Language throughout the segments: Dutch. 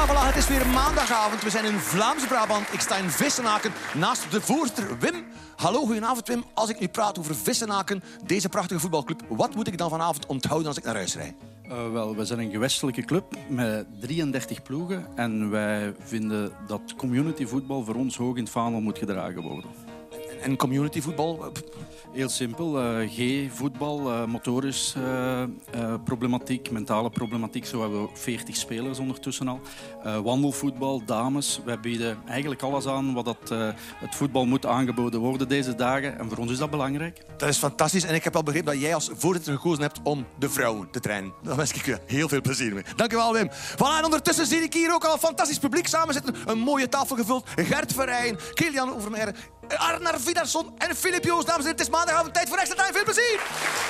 voilà, het is weer maandagavond. We zijn in Vlaams-Brabant. Ik sta in Vissenaken naast de voorzitter Wim. Hallo, goedenavond Wim. Als ik nu praat over Vissenaken, deze prachtige voetbalclub, wat moet ik dan vanavond onthouden als ik naar huis rijd? Wel, we zijn een gewestelijke club met 33 ploegen. En wij vinden dat communityvoetbal voor ons hoog in het vaandel moet gedragen worden. En communityvoetbal? Heel simpel. G-voetbal, motorisch problematiek, mentale problematiek. Zo hebben we ook 40 spelers ondertussen al. Wandelvoetbal, dames. Wij bieden eigenlijk alles aan wat het voetbal moet aangeboden worden deze dagen. En voor ons is dat belangrijk. Dat is fantastisch. En ik heb al begrepen dat jij als voorzitter gekozen hebt om de vrouwen te trainen. Daar wens ik je heel veel plezier mee. Dank je wel, Wim. Voilà, en ondertussen zie ik hier ook al een fantastisch publiek samen zitten. Een mooie tafel gevuld. Gert Verheyen, Kilian Overmeijer, Arnar Vidarsson en Filip Joos. Dames en heren, het is maandagavond tijd voor extra time. Veel plezier!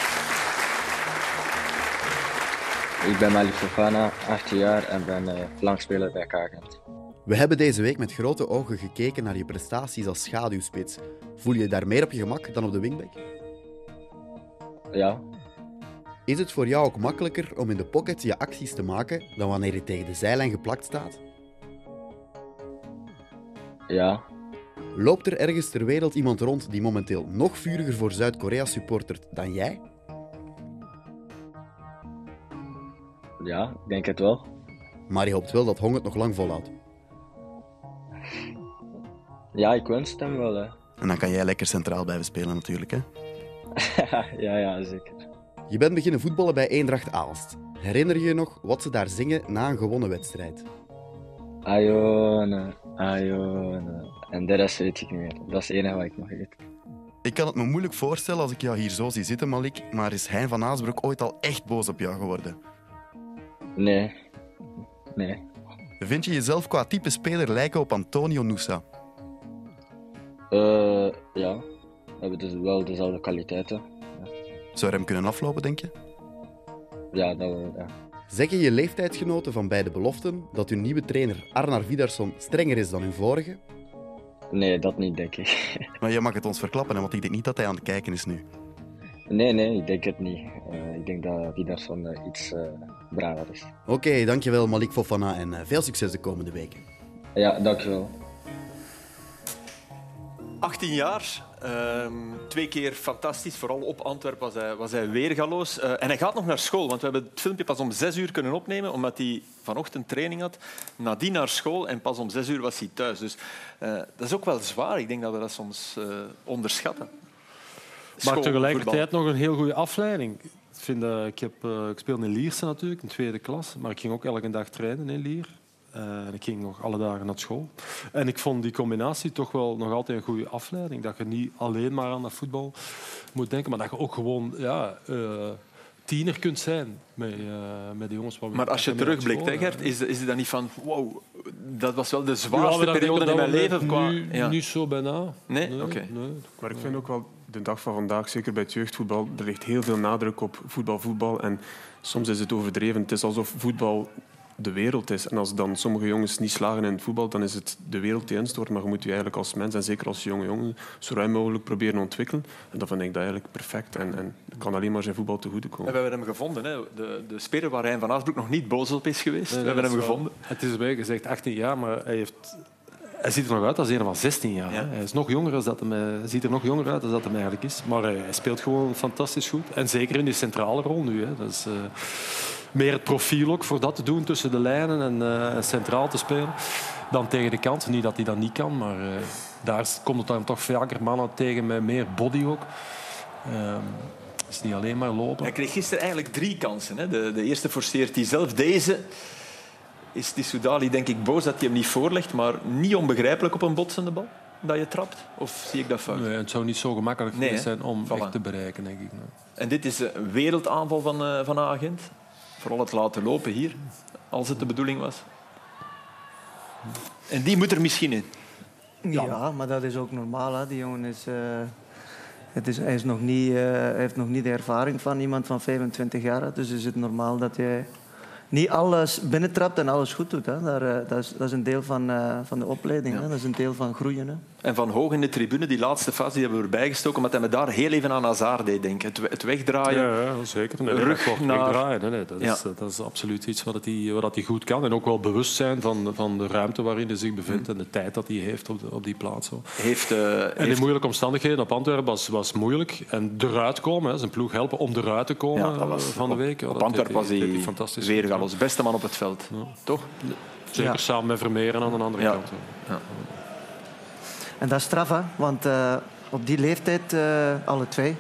Ik ben Malik Fofana, 18 jaar en ben flankspeler bij KGent. We hebben deze week met grote ogen gekeken naar je prestaties als schaduwspits. Voel je je daar meer op je gemak dan op de wingback? Ja, Is het voor jou ook makkelijker om in de pocket je acties te maken dan wanneer je tegen de zijlijn geplakt staat? ja, Loopt er ergens ter wereld iemand rond die momenteel nog vuriger voor Zuid-Korea supportert dan jij? ja, ik denk het wel. Maar je hoopt wel dat Hong het nog lang volhoudt. Ja, ik wens het hem wel. Hè. En dan kan jij lekker centraal blijven spelen natuurlijk, hè? ja, zeker. Je bent beginnen voetballen bij Eendracht Aalst. Herinner je je nog wat ze daar zingen na een gewonnen wedstrijd? Ayone, Ayone. En de rest weet ik niet meer. Dat is het enige wat ik nog weet. Ik kan het me moeilijk voorstellen als ik jou hier zo zie zitten, Malik, maar is Hein van Aasbroek ooit al echt boos op jou geworden? Nee. Vind je jezelf qua type speler lijken op Antonio Nusa? Ja. We hebben dus wel dezelfde kwaliteiten. Zou er hem kunnen aflopen, denk je? Ja, dat wel, ja. Zeggen je leeftijdsgenoten van beide beloften dat hun nieuwe trainer Arnar Vidarsson strenger is dan hun vorige? Nee, dat niet, denk ik. Maar je mag het ons verklappen, hè, want ik denk niet dat hij aan het kijken is nu. Nee, ik denk het niet. Ik denk dat Vidarsson iets braver is. Oké, dankjewel Malik Fofana en veel succes de komende weken. Ja, dankjewel. 18 jaar, 2 keer fantastisch. Vooral op Antwerpen was hij weergaloos. En hij gaat nog naar school, want we hebben het filmpje pas om 6 uur kunnen opnemen, omdat hij vanochtend training had. Nadien naar school en pas om 6 uur was hij thuis. Dus dat is ook wel zwaar. Ik denk dat we dat soms onderschatten. Maar tegelijkertijd nog een heel goede afleiding. Ik speelde in Lierse natuurlijk, in tweede klas. Maar ik ging ook elke dag trainen in Lier. En ik ging nog alle dagen naar school. En ik vond die combinatie toch wel nog altijd een goede afleiding. Dat je niet alleen maar aan dat voetbal moet denken, maar dat je ook gewoon tiener kunt zijn met de jongens. Maar als je terugblikt, hè, Gert, is het dan niet van wow, dat was wel de zwaarste periode in mijn leven? Niet zo bijna. Nee? Oké. Nee. Maar ik vind ook wel, de dag van vandaag, zeker bij het jeugdvoetbal, er ligt heel veel nadruk op voetbal. En soms is het overdreven. Het is alsof voetbal de wereld is. En als dan sommige jongens niet slagen in het voetbal, dan is het de wereld die instort. Maar je moet je eigenlijk als mens, en zeker als jonge jongen, zo ruim mogelijk proberen ontwikkelen. En dat vind ik dat eigenlijk perfect. En dat kan alleen maar zijn voetbal te goede komen. En we hebben hem gevonden. Hè. De speler waar Hein van Aasbroek nog niet boos op is geweest. Nee, we hebben hem gevonden. Het is bij gezegd 18 jaar, maar hij ziet er nog uit als een van 16 jaar. Ja. Hij is nog jonger als dat hij ziet er nog jonger uit dan dat hij eigenlijk is. Maar hij speelt gewoon fantastisch goed. En zeker in die centrale rol nu. Hè. Dat is meer het profiel ook voor dat te doen tussen de lijnen en centraal te spelen dan tegen de kant. Niet dat hij dat niet kan, maar daar komt het dan toch vaker mannen tegen met meer body ook. Het is niet alleen maar lopen. Hij kreeg gisteren eigenlijk 3 kansen. Hè. De eerste forceert hij zelf. Deze is Tissoudali denk ik boos dat hij hem niet voorlegt, maar niet onbegrijpelijk op een botsende bal dat je trapt. Of zie ik dat fout? Nee, het zou niet zo gemakkelijk geweest zijn om echt te bereiken, denk ik. Nee. En dit is een wereldaanval van Agent. Vooral het laten lopen hier, als het de bedoeling was. En die moet er misschien in. Ja, maar dat is ook normaal. Hè. Die jongen is... Hij heeft nog niet de ervaring van iemand van 25 jaar. Dus is het normaal dat hij niet alles binnentrapt en alles goed doet. Hè. Dat is een deel van de opleiding. Ja. Hè. Dat is een deel van groeien. Hè. En Van Hoog in de tribune, die laatste fase, die hebben we erbij gestoken, omdat hij me daar heel even aan Hazard deed denken. Het wegdraaien. Ja, zeker. Nee, Rug naar... wegdraaien. Nee, dat is absoluut iets wat hij goed kan. En ook wel bewust zijn van de ruimte waarin hij zich bevindt en de tijd dat hij heeft op die plaats. En in moeilijke omstandigheden op Antwerpen was moeilijk. En eruit komen, zijn ploeg helpen om eruit te komen van de week. Op Antwerpen was hij fantastisch. weergaloos. Beste man op het veld. Ja. Toch? Zeker samen met Vermeeren aan de andere kant. Ja. En dat is straf, hè? Want op die leeftijd, alle twee,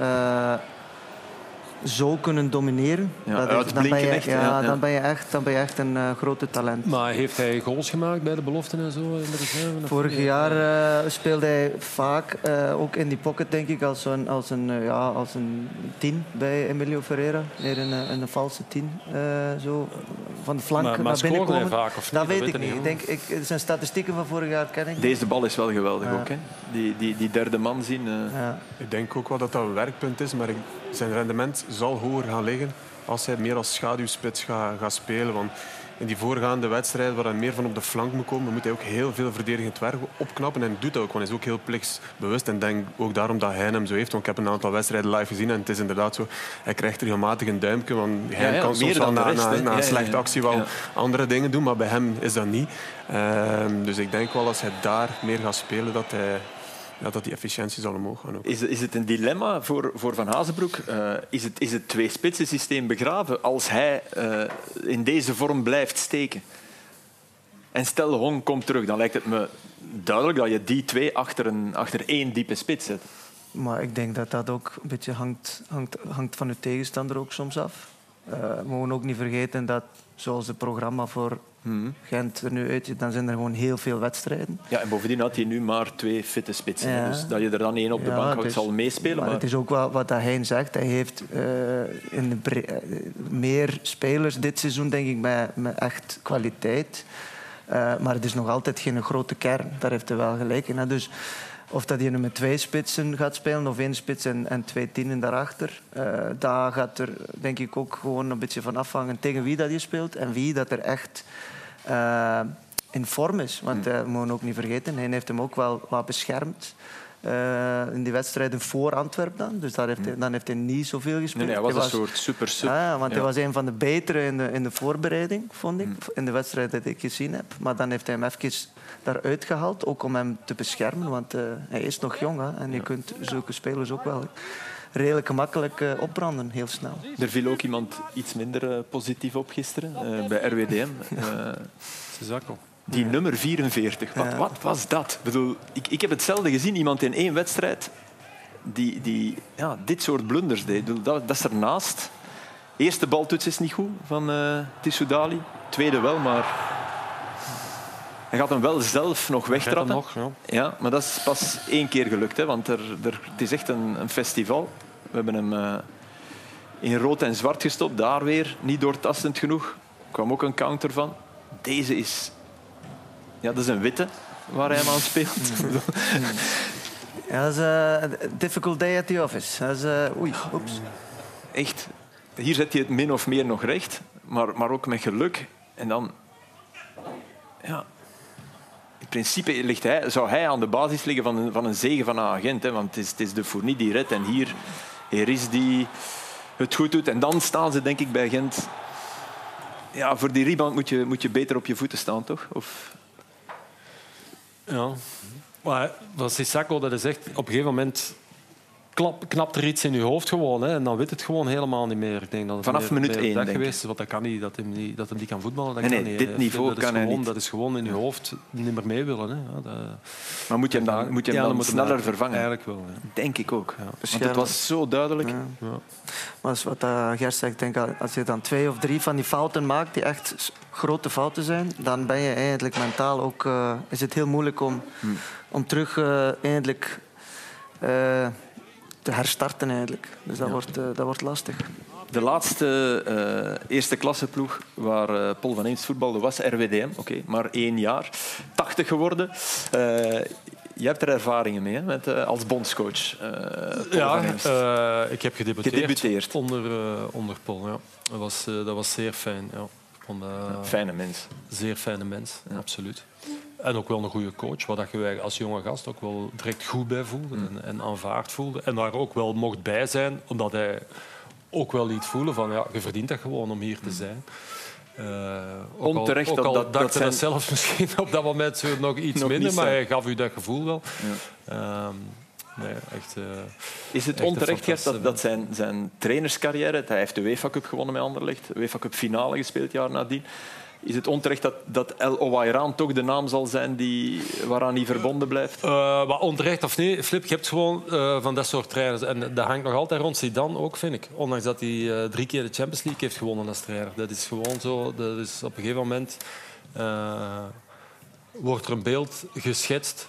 zo kunnen domineren. Ja, dan ben je echt een grote talent. Maar heeft hij goals gemaakt bij de beloften en zo? In de reserve? Vorig jaar speelde hij vaak, ook in die pocket, denk ik, als een 10 bij Emilio Ferreira. Meer een valse 10, zo van de flank naar binnen komen. Vaak, of dat weet ik niet. Het zijn statistieken van vorig jaar, ken ik. Deze bal is wel geweldig ook. Hè? Die derde man zien. Ik denk ook wel dat dat een werkpunt is, maar zijn rendement zal hoger gaan liggen als hij meer als schaduwspits gaat spelen. Want in die voorgaande wedstrijden waar hij meer van op de flank moet komen, moet hij ook heel veel verdedigend werk opknappen. En hij doet dat ook, want hij is ook heel plichtsbewust. En denk ook daarom dat hij hem zo heeft. Want ik heb een aantal wedstrijden live gezien en het is inderdaad zo. Hij krijgt regelmatig een duimpje, want hij kan soms wel na een slechte actie wel andere dingen doen, maar bij hem is dat niet. Dus ik denk wel als hij daar meer gaat spelen, dat die efficiëntie zal omhoog gaan. Ook. Is het een dilemma voor Van Hazenbroek? Is het twee-spitsen-systeem begraven als hij in deze vorm blijft steken? En stel Hong komt terug, dan lijkt het me duidelijk dat je die twee achter één diepe spits zet. Maar ik denk dat dat ook een beetje hangt van de tegenstander ook soms af. We mogen ook niet vergeten dat, zoals het programma voor Gent er nu uitziet, dan zijn er gewoon heel veel wedstrijden. Ja, en bovendien had hij nu maar 2 fitte spitsen. Ja. Dus dat je er dan één op de bank houdt, zal meespelen. Maar het is ook wel wat hij zegt. Hij heeft meer spelers dit seizoen, denk ik, met echt kwaliteit. Maar het is nog altijd geen grote kern. Daar heeft hij wel gelijk in. Dus of dat hij nu met 2 spitsen gaat spelen of 1 spits en 2 tienen daarachter. Daar gaat er denk ik ook gewoon een beetje van afhangen tegen wie dat je speelt en wie dat er echt in vorm is. Want we mogen ook niet vergeten, hij heeft hem ook wel wat beschermd. In die wedstrijden voor Antwerpen dan. Dus dan heeft hij niet zoveel gespeeld. Nee, hij was een soort super. Want hij was een van de betere in de voorbereiding, vond ik. In de wedstrijd dat ik gezien heb. Maar dan heeft hij hem even daaruit gehaald. Ook om hem te beschermen. Want hij is nog jong. Hè, en je kunt zulke spelers ook wel redelijk gemakkelijk opbranden. Heel snel. Er viel ook iemand iets minder positief op gisteren. Bij RWDM. Sissako. Die nummer 44, wat was dat? Ik bedoel, ik heb hetzelfde gezien, iemand in 1 wedstrijd die dit soort blunders deed. Dat is ernaast. Eerste baltoets is niet goed van Tissoudali. Tweede wel, maar hij gaat hem wel zelf nog wegtrappen. Ja, maar dat is pas 1 keer gelukt, hè, want het is echt een festival. We hebben hem in rood en zwart gestopt, daar weer niet doortastend genoeg. Er kwam ook een counter van. Deze is... Ja, dat is een witte waar hij hem aan speelt. Ja, dat is een difficult day at the office. Dat is, oeps. Echt, hier zet hij het min of meer nog recht, maar ook met geluk. En dan... Ja, in principe zou hij aan de basis liggen van een zege van een agent. Hè, want het is de Fournier die redt en hier is die het goed doet. En dan staan ze, denk ik, bij Gent... Ja, voor die rebound moet je beter op je voeten staan, toch? Of... Ja, maar wat Sissako, dat is echt op een gegeven moment knapt er iets in je hoofd gewoon, hè, en dan weet het gewoon helemaal niet meer. Ik denk dat het vanaf minuut 1 dat geweest is, want dat kan niet, dat hij niet kan voetballen. Dat nee, kan niet. Dit niveau kan hij niet. Dat is gewoon in je hoofd niet meer mee willen. Hè. Maar moet je hem dan sneller vervangen? Eigenlijk wel. Ja. Denk ik ook. Ja. Want het was zo duidelijk. Ja. Ja. Maar wat Gert zegt, ik denk, als je dan 2 of 3 van die fouten maakt, die echt grote fouten zijn, dan ben je eigenlijk mentaal ook... is het heel moeilijk om terug eindelijk... te herstarten eigenlijk. Dus dat wordt lastig. De laatste eerste klasseploeg waar Paul van Eemst voetbalde was RWDM. Oké, maar 1 jaar. 80 geworden. Je hebt er ervaringen mee, hè, als bondscoach. Ik heb gedebuteerd onder Paul. Ja. Dat was zeer fijn. Ja. Fijne mens. Zeer fijne mens, absoluut. En ook wel een goede coach, waar je je als jonge gast ook wel direct goed bij voelde en aanvaard voelde. En daar ook wel mocht bij zijn, omdat hij ook wel liet voelen van je verdient dat gewoon om hier te zijn. Onterecht ook al dat dacht zijn... dat zelf misschien op dat moment zo nog iets minder, maar hij gaf u dat gevoel wel. Ja. Nee, echt, is het onterecht, Gert, dat zijn trainerscarrière... Hij heeft de UEFA Cup gewonnen met Anderlecht, de UEFA Cup finale gespeeld jaar nadien. Is het onterecht dat El Owairan toch de naam zal zijn waaraan hij verbonden blijft? Maar onterecht of nee, Flip, je hebt gewoon van dat soort trainers. En dat hangt nog altijd rond Zidane ook, vind ik. Ondanks dat hij 3 keer de Champions League heeft gewonnen als trainer. Dat is gewoon zo. Dat is op een gegeven moment... wordt er een beeld geschetst...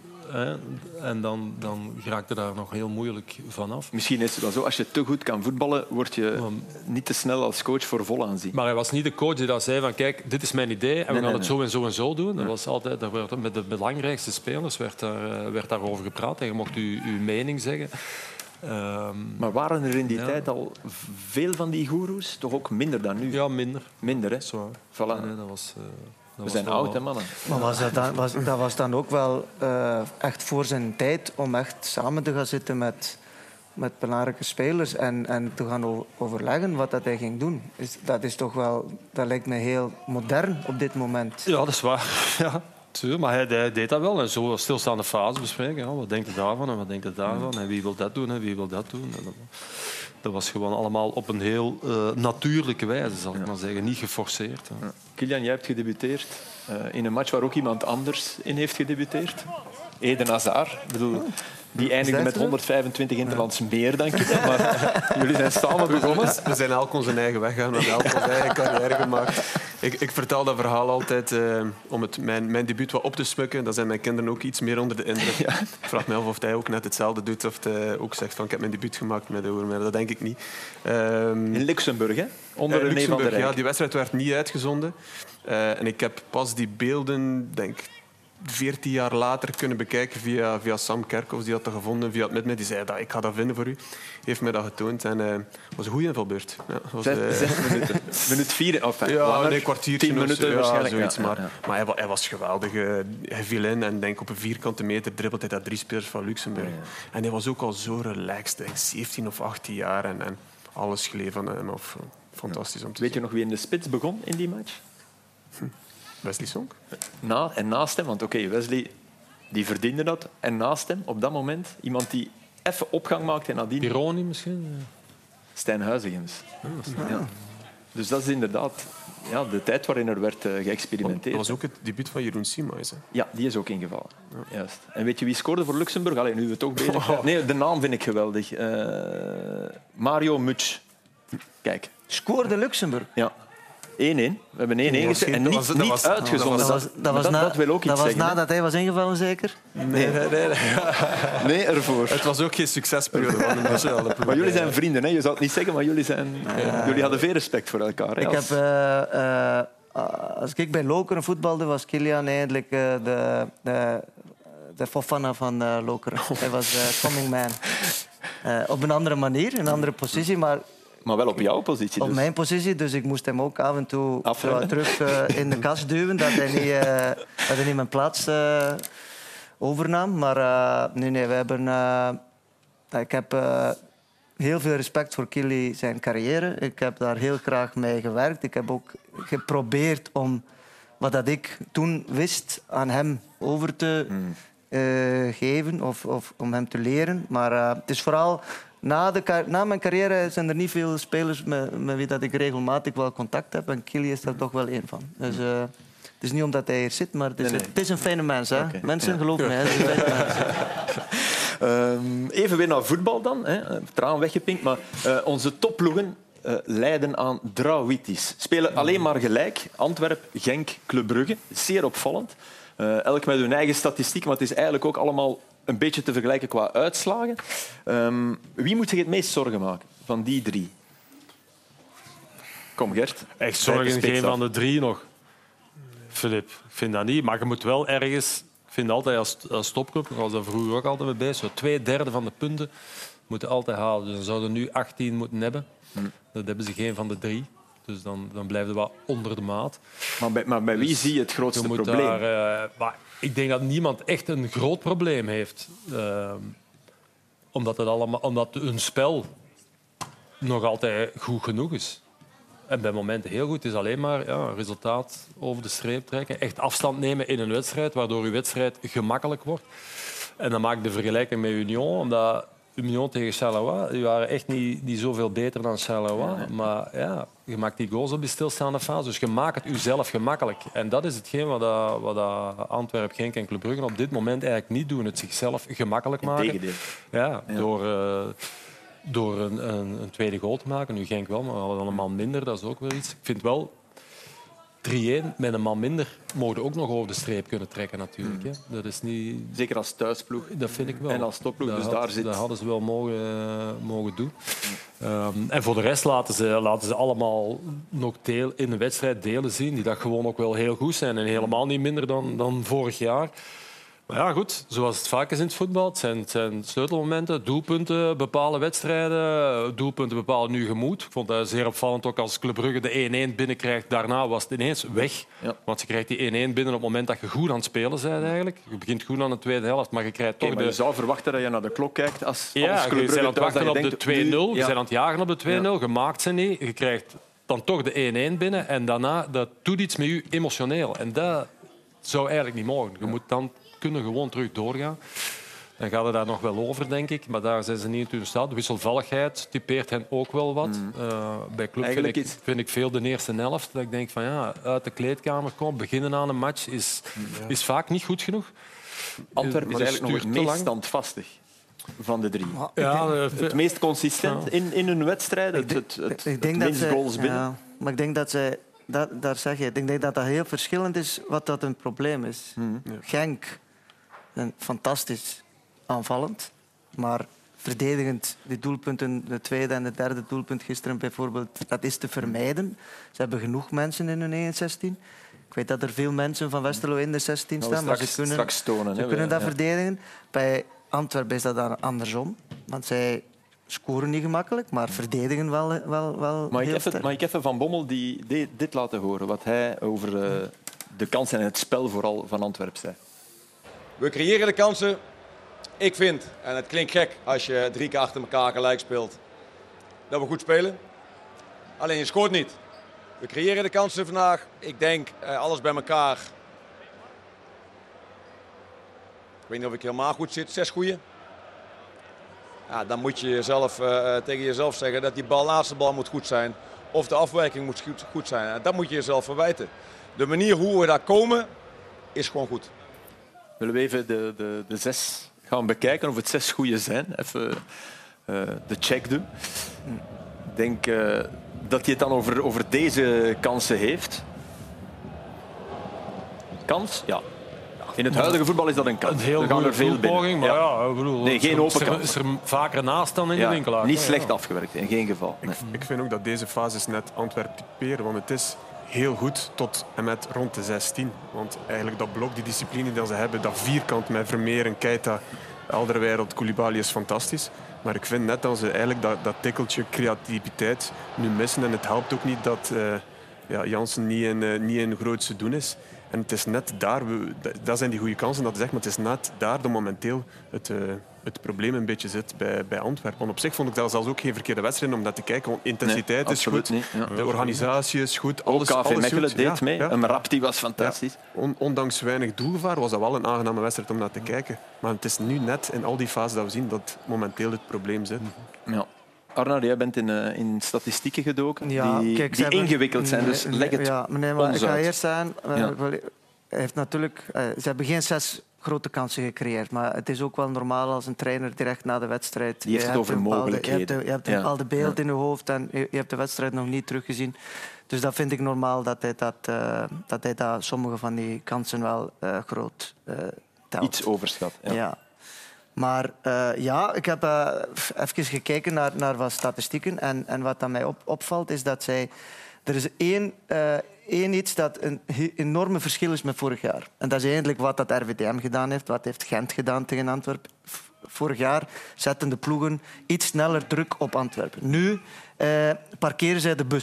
En dan raakt je daar nog heel moeilijk vanaf. Misschien is het wel zo, als je te goed kan voetballen, word je niet te snel als coach voor vol aanzien. Maar hij was niet de coach die dat zei van kijk, dit is mijn idee en we gaan het zo en zo en zo doen. Dat was altijd, met de belangrijkste spelers werd daarover gepraat en je mocht uw mening zeggen. Maar waren er in die tijd al veel van die goeroes? Toch ook minder dan nu? Ja, minder. Minder, hè? Zo. Voilà. Nee, dat was... We zijn oud, hè, mannen. Maar dat was dan ook wel echt voor zijn tijd om echt samen te gaan zitten met belangrijke spelers en te gaan overleggen wat dat hij ging doen. Dat is toch wel... Dat lijkt me heel modern op dit moment. Ja, dat is waar. Ja. Maar hij deed dat wel. En zo stilstaande fase bespreken. Ja, wat denkt hij daarvan en wat denkt hij daarvan? En wie wil dat doen en wie wil dat doen? En dat was gewoon allemaal op een heel natuurlijke wijze, zal ik maar zeggen. Niet geforceerd. Ja. Kilian, jij hebt gedebuteerd in een match waar ook iemand anders in heeft gedebuteerd. Eden Hazard. Ik bedoel, die eindigde met 125 interlands meer dan Kilian. Maar jullie zijn samen begonnen. We zijn elk onze eigen weg gegaan. We hebben elk onze eigen carrière gemaakt. Ik vertel dat verhaal altijd om mijn debuut wat op te smukken. Dan zijn mijn kinderen ook iets meer onder de indruk. Ja. Ik vraag me af of hij ook net hetzelfde doet. Of hij ook zegt van ik heb mijn debuut gemaakt met Oer. Maar dat denk ik niet. In Luxemburg, hè? Onder René van der Rijk. Ja, die wedstrijd werd niet uitgezonden. En ik heb pas die beelden, denk 14 jaar later kunnen bekijken via Sam Kerkhoffs. Die had dat gevonden via het Midmet. Die zei dat ik ga dat vinden voor u. Heeft mij dat getoond. En het was een goede invalbeurt. Ja, 6 minuten. Minuut 4. Of een kwartiertje. 10 minuten waarschijnlijk. Zoiets, maar hij was geweldig. Hij viel in en denk op een vierkante meter dribbelt hij dat 3 spelers van Luxemburg. Ja. En hij was ook al zo relaxed. 17 of 18 jaar. En alles geleefd van hem. Fantastisch om te zien. Weet je nog wie in de spits begon in die match? Wesley Sonk. En naast hem, want Wesley die verdiende dat. En naast hem, op dat moment, iemand die even opgang maakte en nadien... Pironi misschien? Stijn Huizigens. Ja. Dus dat is inderdaad de tijd waarin er werd geëxperimenteerd. Dat was ook het debuut van Jeroen Siemhuis. Ja, die is ook ingevallen. Ja. Juist. En weet je wie scoorde voor Luxemburg? Allee, nu we toch bezig zijn. Nee, de naam vind ik geweldig. Mario Mutsch. Kijk. Scoorde Luxemburg? Ja. 1-1. We hebben 1-1 gezet en niet uitgezonden. Dat wil ook iets zeggen. Dat was nadat hij was ingevallen, zeker? Nee, ervoor. Het was ook geen succesperiode van de nationale ploeg. Maar jullie zijn vrienden, hè? Je zou het niet zeggen, maar jullie hadden veel respect voor elkaar. Hè? Als ik bij Lokeren voetbalde, was Kilian eigenlijk de Fofana van Lokeren. Hij was coming man. Op een andere manier, een andere positie, maar wel op jouw positie. Dus. Op mijn positie, dus ik moest hem ook af en toe terug in de kast duwen, dat hij niet mijn plaats overnam. Maar nee, we hebben... ik heb heel veel respect voor Kili zijn carrière. Ik heb daar heel graag mee gewerkt. Ik heb ook geprobeerd om wat dat ik toen wist aan hem over te geven of om hem te leren. Maar het is vooral... Na mijn carrière zijn er niet veel spelers met wie dat ik regelmatig wel contact heb. En Kili is daar toch wel één van. Dus, het is niet omdat hij hier zit, maar het is een fijne mens. Hè? Okay. Mensen, geloof me. Hij is een fijne mens. Even weer naar voetbal dan. Traan weggepinkt. Maar onze topploegen lijden aan Drauitis. Spelen alleen maar gelijk. Antwerp, Genk, Club Brugge. Zeer opvallend. Elk met hun eigen statistiek, maar het is eigenlijk ook allemaal een beetje te vergelijken qua uitslagen. Wie moet zich het meest zorgen maken van die 3? Kom, Gert. Echt zorgen geen van de 3 nog. Filip, ik vind dat niet. Maar je moet wel ergens... Ik vind altijd als topclub, ik was daar vroeger ook altijd mee bezig, 2/3 van de punten moeten altijd halen. Dus dan zouden nu 18 moeten hebben. Dat hebben ze geen van de 3. Dus dan blijf je wat onder de maat. Maar bij wie zie je het grootste probleem? Maar ik denk dat niemand echt een groot probleem heeft. Omdat hun spel nog altijd goed genoeg is. En bij momenten heel goed. Het is alleen maar resultaat over de streep trekken. Echt afstand nemen in een wedstrijd, waardoor uw wedstrijd gemakkelijk wordt. En dan maak ik de vergelijking met Union, omdat Union tegen Charleroi, die waren echt niet zoveel beter dan Charleroi. Nee. Maar ja, je maakt die goals op die stilstaande fase, dus je maakt het jezelf gemakkelijk. En dat is hetgeen wat Antwerpen, Genk en Club Brugge op dit moment eigenlijk niet doen. Het zichzelf gemakkelijk maken. Ja. Door een tweede goal te maken. Nu Genk wel, maar dan een man minder, dat is ook wel iets. Ik vind wel 3-1 met een man minder mogen ook nog over de streep kunnen trekken natuurlijk. Hè. Dat is niet... Zeker als thuisploeg. Dat vind ik wel. En als topploeg, dat hadden ze wel mogen doen. En voor de rest laten ze allemaal nog deel in de wedstrijd delen zien die dat gewoon ook wel heel goed zijn en helemaal niet minder dan vorig jaar. Maar ja, goed, zoals het vaak is in het voetbal. Het zijn sleutelmomenten, doelpunten bepalen wedstrijden, doelpunten bepalen nu gemoed. Ik vond dat zeer opvallend ook als Club Brugge de 1-1 binnenkrijgt. Daarna was het ineens weg. Ja. Want je krijgt die 1-1 binnen op het moment dat je goed aan het spelen bent eigenlijk. Je begint goed aan de tweede helft, maar je krijgt toch maar je zou verwachten dat je naar de klok kijkt als Club Brugge. Je bent aan het wachten op de 2-0, je bent aan het jagen op de 2-0, je maakt ze niet. Je krijgt dan toch de 1-1 binnen en daarna dat doet iets met je emotioneel. En dat zou eigenlijk niet mogen. Je moet dan kunnen gewoon terug doorgaan. Dan gaat het daar nog wel over, denk ik. Maar daar zijn ze niet in staat. De wisselvalligheid typeert hen ook wel wat. Bij Club vind ik veel de eerste helft. Dat ik denk van ja, uit de kleedkamer komen, beginnen aan een match is vaak niet goed genoeg. Antwerpen is eigenlijk nog het meest standvastig van de drie. Het meest consistent in hun wedstrijden. Het minst goals binnen. Ja, maar ik denk dat zij... Daar zeg je. Ik denk dat dat heel verschillend is wat dat een probleem is. Genk, fantastisch aanvallend, maar verdedigend. Die doelpunten, de tweede en de derde doelpunt gisteren bijvoorbeeld, dat is te vermijden. Ze hebben genoeg mensen in hun 16. Ik weet dat er veel mensen van Westerlo in de 16 staan, maar ze kunnen dat verdedigen. Bij Antwerpen is dat dan andersom, want zij scoren niet gemakkelijk, maar verdedigen wel heel sterk. Mag ik even Van Bommel dit laten horen, wat hij over de kansen en het spel vooral van Antwerpen zei? We creëren de kansen. Ik vind, en het klinkt gek als je 3 keer achter elkaar gelijk speelt, dat we goed spelen. Alleen je scoort niet. We creëren de kansen vandaag. Ik denk alles bij elkaar. Ik weet niet of ik helemaal goed zit. 6 goeie. Ja, dan moet je jezelf, tegen jezelf zeggen dat die laatste bal moet goed zijn. Of de afwerking moet goed zijn. En dat moet je jezelf verwijten. De manier hoe we daar komen, is gewoon goed. Willen we even de 6 gaan bekijken of het 6 goeie zijn? Even de check doen. Ik denk dat hij het dan over deze kansen heeft. Kans? Ja. In het huidige voetbal is dat een kans. Een heel goede voetpoging, maar ik bedoel, geen open kans. Is er vaker naast dan in de winkelaar. Niet slecht afgewerkt, in geen geval. Nee. Ik vind ook dat deze fases net Antwerpen typeren, want het is heel goed tot en met rond de 16. Want eigenlijk dat blok, die discipline dat ze hebben, dat vierkant met Vermeer en Keita, Alderweireld, Koulibaly is fantastisch. Maar ik vind net dat ze eigenlijk dat tikkeltje creativiteit nu missen. En het helpt ook niet dat Jansen niet in grootste doen is. En het is net daar, dat zijn die goede kansen, dat is echt, maar het is net daar dat momenteel het probleem een beetje zit bij Antwerpen. Want op zich vond ik dat zelfs ook geen verkeerde wedstrijd om dat te kijken. Want intensiteit is goed, de organisatie is goed. Alles Mechelen deed mee, een Rapti was fantastisch. Ja. Ondanks weinig doelgevaar was dat wel een aangename wedstrijd om naar te kijken. Maar het is nu net in al die fases dat we zien dat momenteel het probleem zit. Ja. Arnaud, jij bent in statistieken gedoken die ingewikkeld zijn. Dus leg het ik ga eerst zeggen, ze hebben geen 6 grote kansen gecreëerd. Maar het is ook wel normaal als een trainer direct na de wedstrijd... Die heeft het over mogelijkheden. Je hebt een bepaalde beeld in je hoofd en je hebt de wedstrijd nog niet teruggezien. Dus dat vind ik normaal dat hij sommige van die kansen wel groot telt. Iets overschat. Ja. Maar ik heb even gekeken naar wat statistieken. En wat mij opvalt is dat er is één iets dat een enorme verschil is met vorig jaar. En dat is eigenlijk wat dat RWDM gedaan heeft. Wat heeft Gent gedaan tegen Antwerpen. Vorig jaar zetten de ploegen iets sneller druk op Antwerpen. Nu parkeren zij de bus.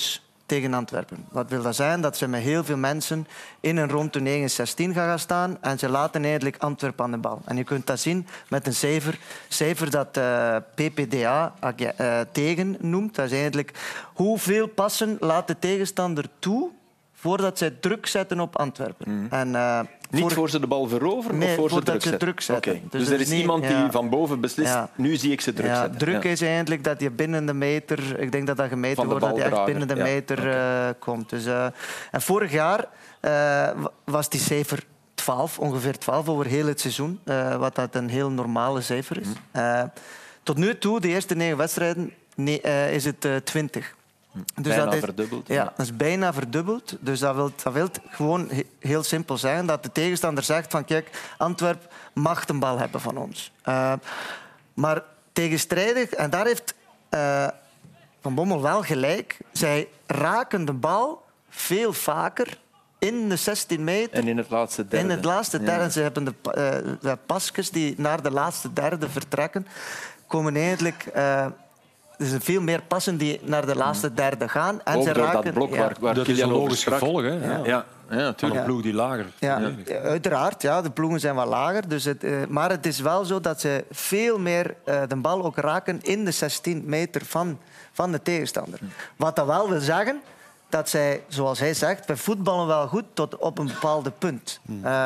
tegen Antwerpen. Wat wil dat zijn? Dat ze met heel veel mensen in en rond de 9-16 gaan staan en ze laten eigenlijk Antwerpen aan de bal. En je kunt dat zien met een cijfer dat PPDA tegen noemt. Dat is eigenlijk hoeveel passen laat de tegenstander toe voordat zij druk zetten op Antwerpen. En, niet voor ze de bal veroveren of voor ze druk zetten? Okay. Dus er is iemand die van boven beslist, nu zie ik ze druk zetten. Druk is eigenlijk dat je binnen de meter... Ik denk dat gemeten wordt, dat je echt binnen de meter komt. Dus, en vorig jaar was die cijfer 12, ongeveer 12 over heel het seizoen. Wat dat een heel normale cijfer is. Tot nu toe, de eerste 9 wedstrijden, is het 20. Dus bijna verdubbeld. Ja, dat is bijna verdubbeld. Dus dat wil gewoon heel simpel zeggen dat de tegenstander zegt van kijk, Antwerp mag de bal hebben van ons. Maar tegenstrijdig, en daar heeft Van Bommel wel gelijk, zij raken de bal veel vaker in de 16 meter. En in het laatste derde. In het laatste derde. Ja. Ze hebben de pasjes die naar de laatste derde vertrekken, komen eigenlijk... Er zijn veel meer passen die naar de laatste derde gaan. En ook ze door raken, dat blok waar dat is een logisch gevolg. Hè? Ja, van een ploeg die lager. Ja, uiteraard, ja, de ploegen zijn wat lager. Dus maar het is wel zo dat ze veel meer de bal ook raken in de 16 meter van de tegenstander. Wat dat wel wil zeggen dat zij, zoals hij zegt, bij voetballen wel goed tot op een bepaald punt.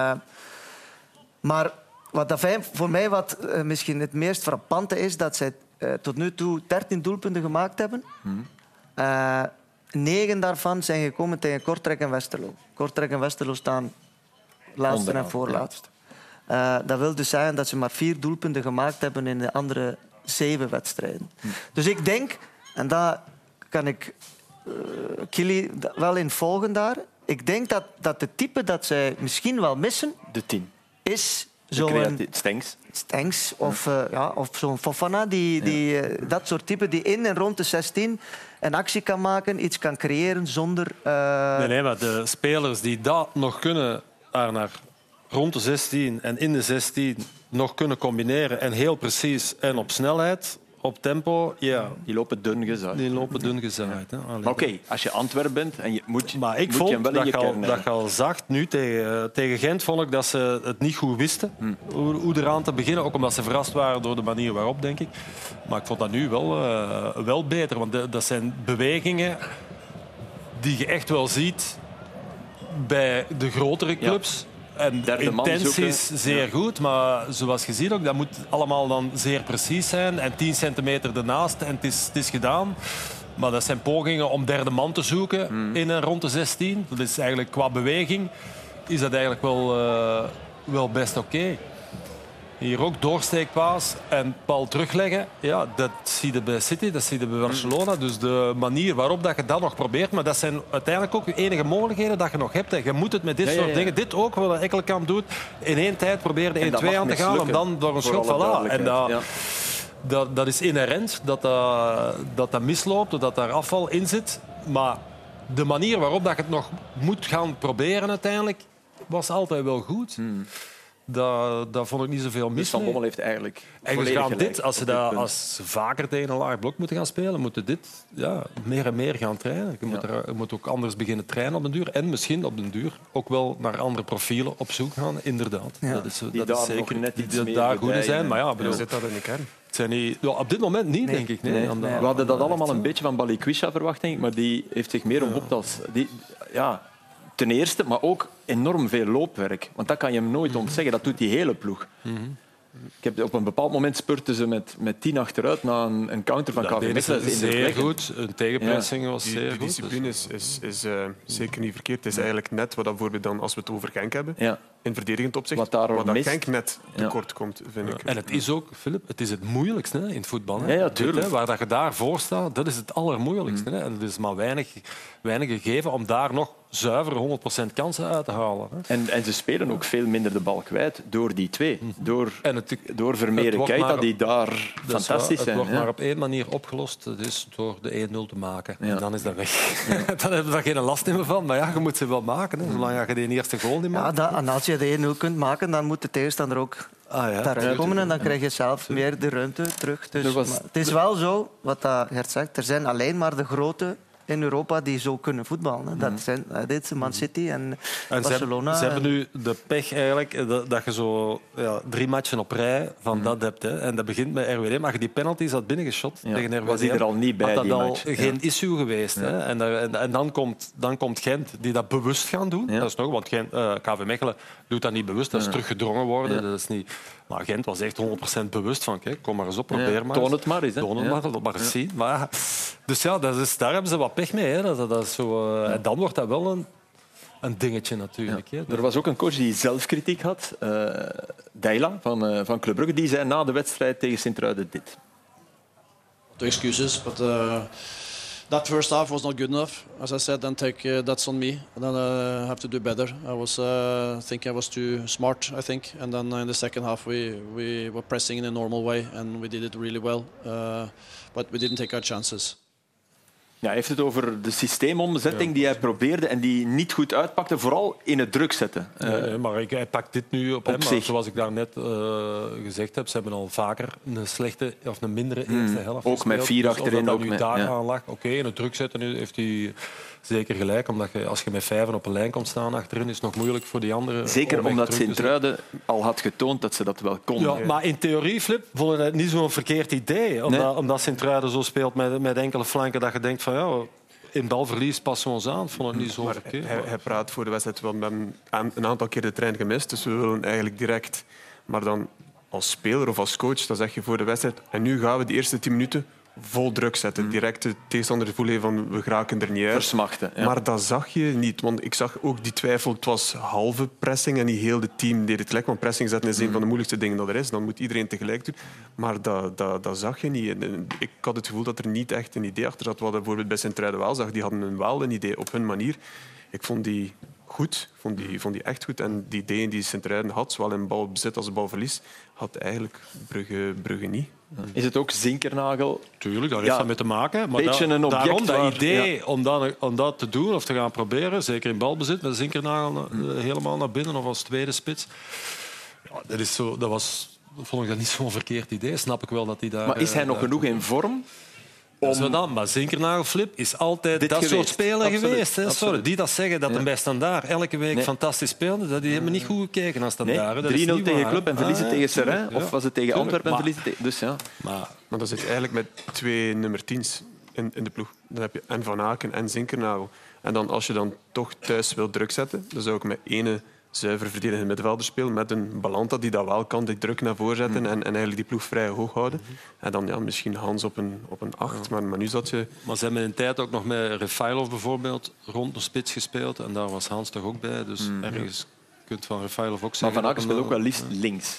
Maar wat dat voor mij misschien het meest frappante is, dat zij tot nu toe 13 doelpunten gemaakt hebben. 9 daarvan zijn gekomen tegen Kortrijk en Westerlo. Kortrijk en Westerlo staan laatste en voorlaatste. Dat wil dus zeggen dat ze maar 4 doelpunten gemaakt hebben in de andere 7 wedstrijden. Dus ik denk, en daar kan ik Kili wel in volgen daar, ik denk dat de type dat zij misschien wel missen... De 10. Is zo'n... Stengs of zo'n Fofana, dat soort type die in en rond de 16 een actie kan maken, iets kan creëren zonder... Nee, maar de spelers die dat nog kunnen, naar rond de 16 en in de 16 nog kunnen combineren en heel precies en op snelheid, op tempo, ja. Die lopen dun gezaaid. Maar oké, als je Antwerp bent en je moet... Maar ik vond dat je al zag, nu tegen Gent, vond ik dat ze het niet goed wisten hoe eraan te beginnen. Ook omdat ze verrast waren door de manier waarop, denk ik. Maar ik vond dat nu wel beter. Want dat zijn bewegingen die je echt wel ziet bij de grotere clubs. Ja. En intenties zeer goed, maar zoals je ziet ook, dat moet allemaal dan zeer precies zijn. En 10 centimeter ernaast en het is gedaan. Maar dat zijn pogingen om derde man te zoeken in en rond de 16. Dat is eigenlijk qua beweging is dat eigenlijk wel best oké. Hier ook doorsteekpaas en bal terugleggen. Ja, dat zie je bij City, dat zie je bij Barcelona. Dus de manier waarop dat je dat nog probeert. Maar dat zijn uiteindelijk ook de enige mogelijkheden dat je nog hebt. Je moet het met dit soort dingen. Dit ook, wat Ekkelenkamp doet. In één tijd proberen de 1-2 aan te gaan. Om dan door een schot, voilà. En dat is inherent dat misloopt. Dat daar afval in zit. Maar de manier waarop dat je het nog moet gaan proberen uiteindelijk, was altijd wel goed. Daar vond ik niet zoveel mis. Dus Van Bommel heeft eigenlijk als ze vaker tegen een laag blok moeten gaan spelen, moeten dit meer en meer gaan trainen. Je moet ook anders beginnen trainen op den duur. En misschien op den duur ook wel naar andere profielen op zoek gaan, inderdaad. Ja. Dat is zeker net iets die daar goed in zijn. Maar ja, zit dat in de kern? Het zijn niet, op dit moment niet, denk ik. Nee. We hadden dat allemaal een beetje van Balikwisha verwacht, denk ik. Maar die heeft zich meer ontpopt als... Ten eerste, maar ook enorm veel loopwerk. Want dat kan je hem nooit ontzeggen. Dat doet die hele ploeg. Op een bepaald moment spurten ze met 10 achteruit na een counter van KV Mechelen. Zeer goed. Een tegenpressing was zeer goed. Die discipline is zeker niet verkeerd. Het is eigenlijk net wat bijvoorbeeld dan, als we het over Genk hebben, in verdedigend opzicht, wat Genk net tekort komt, vind ik. En het is ook, Filip, het is het moeilijkste in het voetbal. Hè? Ja, tuurlijk. Waar dat je daarvoor staat, dat is het allermoeilijkste. Hè? En er is maar weinig gegeven om daar nog zuiver 100% kansen uit te halen. Hè? En ze spelen ook veel minder de bal kwijt door die twee. Door Vermeer en Keita, die daar fantastisch zijn. Het wordt maar op één manier opgelost. Dat is door de 1-0 te maken. Ja. En dan is dat weg. Dan heb je daar geen last meer van. Maar ja, je moet ze wel maken. Hè. Zolang je die eerste goal niet maakt. Ja, en als je de 1-0 kunt maken, dan moet de tegenstander ook daaruit komen. En dan krijg je zelf meer de ruimte terug. Dus, het is wel zo, wat Gert zegt. Er zijn alleen maar de grote in Europa die zo kunnen voetballen. Hè. Dat zijn dit, Man City en Barcelona. Ze hebben nu de pech eigenlijk dat je zo 3 matchen op rij van dat hebt. Hè. En dat begint met RWD. Maar je die penalties had binnengeschot tegen RWD, was hij er al niet bij, had die dat al match. geen issue geweest. Hè. En dan komt Gent, die dat bewust gaan doen. Dat is nog, want KV Mechelen doet dat niet bewust. Dat is teruggedrongen worden. Dat is niet... Maar Gent was echt 100% bewust van, kijk, kom maar eens op, probeer maar. Toon het maar eens. Toon het maar eens zien. Maar, dus ja, daar hebben ze wat pech mee. Hè. Dat is zo, en dan wordt dat wel een dingetje natuurlijk. Ja. Hè. Er was ook een coach die zelfkritiek had, Deila van Club Brugge, die zei na de wedstrijd tegen Sint-Truiden dit. Excuses, but that first half was not good enough. As I said, then that's on me. And then I have to do better. I was too smart, I think. And then in the second half we were pressing in a normal way and we did it really well. But we didn't take our chances. Ja, hij heeft het over de systeemomzetting die hij probeerde en die niet goed uitpakte, vooral in het druk zetten. Maar hij pakt dit nu op hem. Maar zoals ik daarnet gezegd heb, ze hebben al vaker een slechte of een mindere eerste helft ook met 4 achterin. Dus nu daar aan lag. Oké, in het druk zetten nu heeft hij zeker gelijk. Omdat als je met 5 op een lijn komt staan achterin, is het nog moeilijk voor die anderen. Zeker omdat Sint-Truiden al had getoond dat ze dat wel konden. Ja, maar in theorie, Flip, vond ik het niet zo'n verkeerd idee. Omdat Sint-Truiden zo speelt met enkele flanken dat je denkt van ja, in balverlies passen we ons aan. Vond het niet zo verkeerd. Hij praat voor de wedstrijd wel met een aantal keer de trein gemist. Dus we willen eigenlijk direct... Maar dan als speler of als coach, dan zeg je voor de wedstrijd... En nu gaan we de eerste 10 minuten vol druk zetten. Direct de tegenstander het gevoel heeft van we geraken er niet uit. Versmachten. Ja. Maar dat zag je niet. Want ik zag ook die twijfel. Het was halve pressing en niet heel het team deed het gelijk. Want pressing zetten is een van de moeilijkste dingen dat er is. Dan moet iedereen tegelijk doen. Maar dat zag je niet. Ik had het gevoel dat er niet echt een idee achter zat. Wat bijvoorbeeld bij Sint-Truiden wel zag. Die hadden wel een idee op hun manier. Ik vond die goed. Vond die echt goed. En die ideeën die Sint-Truiden had, zowel in balbezit als balverlies, had eigenlijk Brugge niet. Is het ook Zinkernagel? Tuurlijk, daar heeft dat mee te maken. Maar beetje een object daarom dat idee om dat te doen of te gaan proberen, zeker in balbezit, met Zinkernagel helemaal naar binnen of als tweede spits. Ja, dat vond ik dat niet zo'n verkeerd idee. Snap ik wel dat hij daar... Maar is hij nog genoeg in vorm? Maar Zinkernagel, Flip, is altijd dat soort speler geweest. Hè? Sorry, die dat zeggen dat hij bij Standaard elke week fantastisch speelde, die hebben niet goed gekeken naar Standaard. 3-0 tegen Club en verliezen tegen Serrain. Of was het tegen Antwerpen en verliezen tegen... Dus ja. Maar dan zit je eigenlijk met 2 nummer 10's in de ploeg. Dan heb je en Van Aken en Zinkernagel. En dan, als je dan toch thuis wil druk zetten, dan zou ik met ene zuiver verdedigende middenvelder spelen, met een Balanta die dat wel kan, die druk naar voren zetten en eigenlijk die ploeg vrij hoog houden. En dan misschien Hans op een 8. Maar nu zat je... Maar ze hebben in een tijd ook nog met Refailov bijvoorbeeld rond de spits gespeeld. En daar was Hans toch ook bij. Dus ergens kunt van Refailov ook zeggen... Maar Van Aken speelt ook wel liefst links.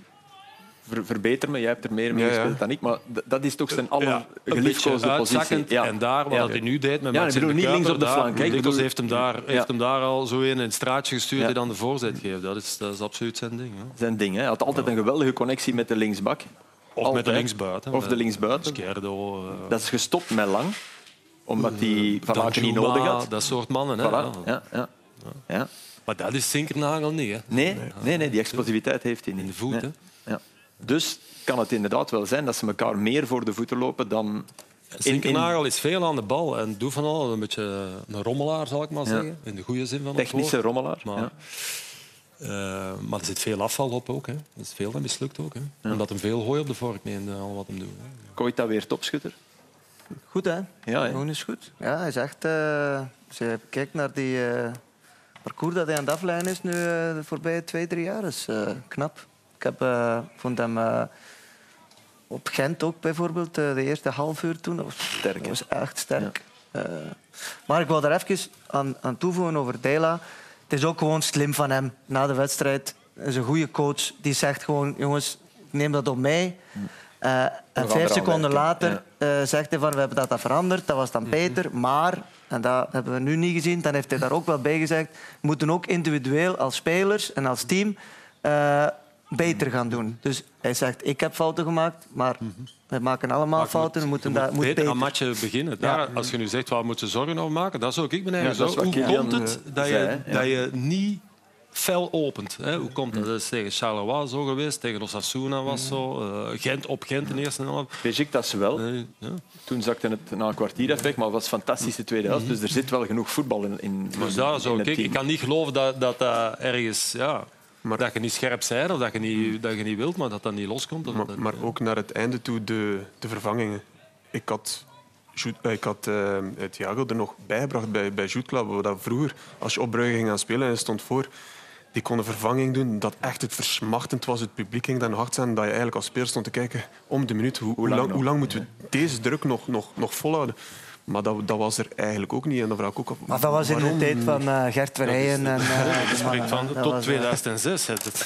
Verbeter me, jij hebt er meer mee gespeeld dan ik. Maar dat is toch zijn allergeliefkoosde positie. Ja. En daar, wat hij nu deed met Max in de niet links op de flank. Dikwijls heeft hem daar al zo in het straatje gestuurd die dan de voorzet geeft. Dat is absoluut zijn ding. Hè. Zijn ding. Hij had altijd een geweldige connectie met de linksbak. Of met de linksbuiten. Of de linksbuiten. Scherdo, dat is gestopt met Lang. Omdat hij Van Aken niet nodig had. Dat soort mannen. Hè. Voilà. Ja. Maar dat is Zinkernagel niet. Hè. Nee, die explosiviteit heeft hij niet. In de voet, hè. Ja. Dus kan het inderdaad wel zijn dat ze elkaar meer voor de voeten lopen dan... Zinkernagel is veel aan de bal en doet van alles. Een beetje een rommelaar, zal ik maar zeggen. In de goede zin van het woord. Technische rommelaar. Maar er zit veel afval op ook. Hè. Er is veel dat mislukt ook. Hè. Omdat hem veel hooi op de vork neemt, al wat hem doet. Koita weer topschutter. Goed, hè? Ja, gewoon is goed. Ja, hij is echt... als je kijkt naar die parcours dat hij aan het afleiden is nu de voorbije 2-3 jaar, is knap. Ik vond hem op Gent ook bijvoorbeeld, de eerste half uur toen. Dat was echt sterk. Ja. Maar ik wil daar even aan toevoegen over Deila. Het is ook gewoon slim van hem na de wedstrijd. Hij is een goede coach. Die zegt gewoon, jongens, neem dat op mij. En 5 seconden later zegt hij van, we hebben dat veranderd. Dat was dan beter. Maar, en dat hebben we nu niet gezien, dan heeft hij daar ook wel bij gezegd, we moeten ook individueel als spelers en als team... beter gaan doen. Dus hij zegt, ik heb fouten gemaakt, maar we maken allemaal fouten. We moeten beter aan matchen beginnen. Daar, als je nu zegt, waar moeten we zorgen over maken? Dat zou ik me eigenlijk zo. Hoe komt het dat je niet fel opent. Hè. Hoe komt dat? Dat is tegen Charleroi zo geweest, tegen Osasuna was zo, Gent op Gent in de eerste helft. Besiktas wel. Ja. Toen zakte het na een kwartier even weg, maar het was een fantastische tweede helft. Dus er zit wel genoeg voetbal in Dus daar zou ik kan niet geloven dat ergens... Ja, maar dat je niet scherp bent of dat je niet wilt, maar dat niet loskomt. Maar ook naar het einde toe de vervangingen. Ik had het Thiago er nog bijgebracht bij Jude Club. Dat vroeger, als je op Brugge ging gaan spelen en je stond voor, die kon een vervanging doen dat echt het versmachtend was. Het publiek ging daar nog hard zijn. Dat je eigenlijk als speler stond te kijken om de minuut. Hoe lang moeten we deze druk nog volhouden? Maar dat was er eigenlijk ook niet. En dat vraag ik ook af. Maar dat was in de tijd van Gert Verheijen. Tot 2006.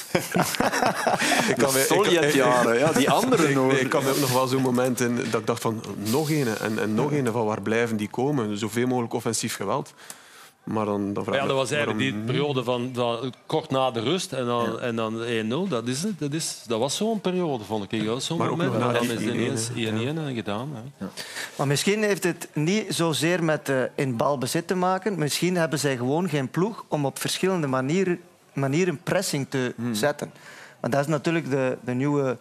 Sovjetjaren, ja, die andere ik kan me ook nog wel zo'n moment in dat ik dacht van nog een en nog een van waar blijven die komen. Zoveel mogelijk offensief geweld. Maar dan vraag dat was eigenlijk die periode van kort na de rust en dan 1-0. Dat was zo'n periode, vond ik. Zo'n maar moment. Ook nog dan is het ineens 1-1 gedaan. Ja. Maar misschien heeft het niet zozeer met in balbezit te maken. Misschien hebben zij gewoon geen ploeg om op verschillende manieren pressing te zetten. Want dat is natuurlijk de nieuwe...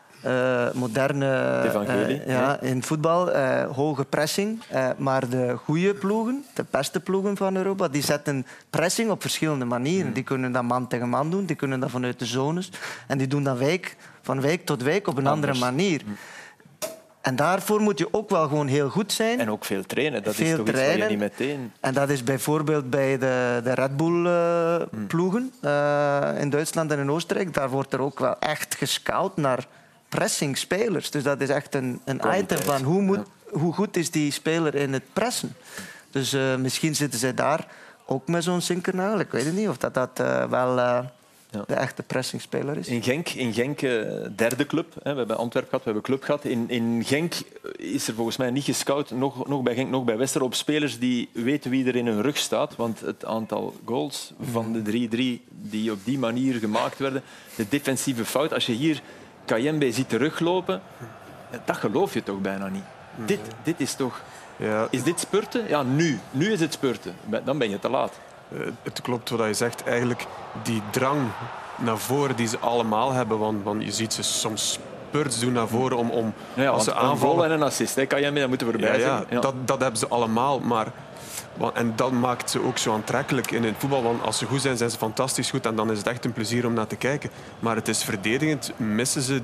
moderne in voetbal, hoge pressing. Maar de goede ploegen, de beste ploegen van Europa, die zetten pressing op verschillende manieren. Die kunnen dat man tegen man doen, die kunnen dat vanuit de zones. En die doen dat van wijk tot wijk op een andere manier. En daarvoor moet je ook wel gewoon heel goed zijn. En ook veel trainen. Dat is toch iets wat je niet meteen... En dat is bijvoorbeeld bij de Red Bull-ploegen in Duitsland en in Oostenrijk. Daar wordt er ook wel echt gescout naar pressingspelers. Dus dat is echt een item van hoe goed is die speler in het pressen. Dus misschien zitten zij daar ook met zo'n zinkernagel. Ik weet het niet of dat wel de echte pressingspeler is. In Genk derde club. We hebben Antwerpen gehad, we hebben club gehad. In Genk is er volgens mij niet gescout, nog bij Genk, nog bij Westerlo, op spelers die weten wie er in hun rug staat. Want het aantal goals van de 3-3 die op die manier gemaakt werden, de defensieve fout, als je hier Kayembe ziet teruglopen, dat geloof je toch bijna niet. Dit is toch... Ja. Is dit spurten? Ja, nu is het spurten. Dan ben je te laat. Het klopt wat je zegt. Eigenlijk die drang naar voren die ze allemaal hebben. Want je ziet ze soms spurts doen naar voren om als ze aanvallen. Een goal en een assist, Kayembe, dat moeten we erbij zeggen. Ja. Dat hebben ze allemaal. En dat maakt ze ook zo aantrekkelijk in het voetbal. Want als ze goed zijn, zijn ze fantastisch goed. En dan is het echt een plezier om naar te kijken. Maar het is verdedigend. Missen ze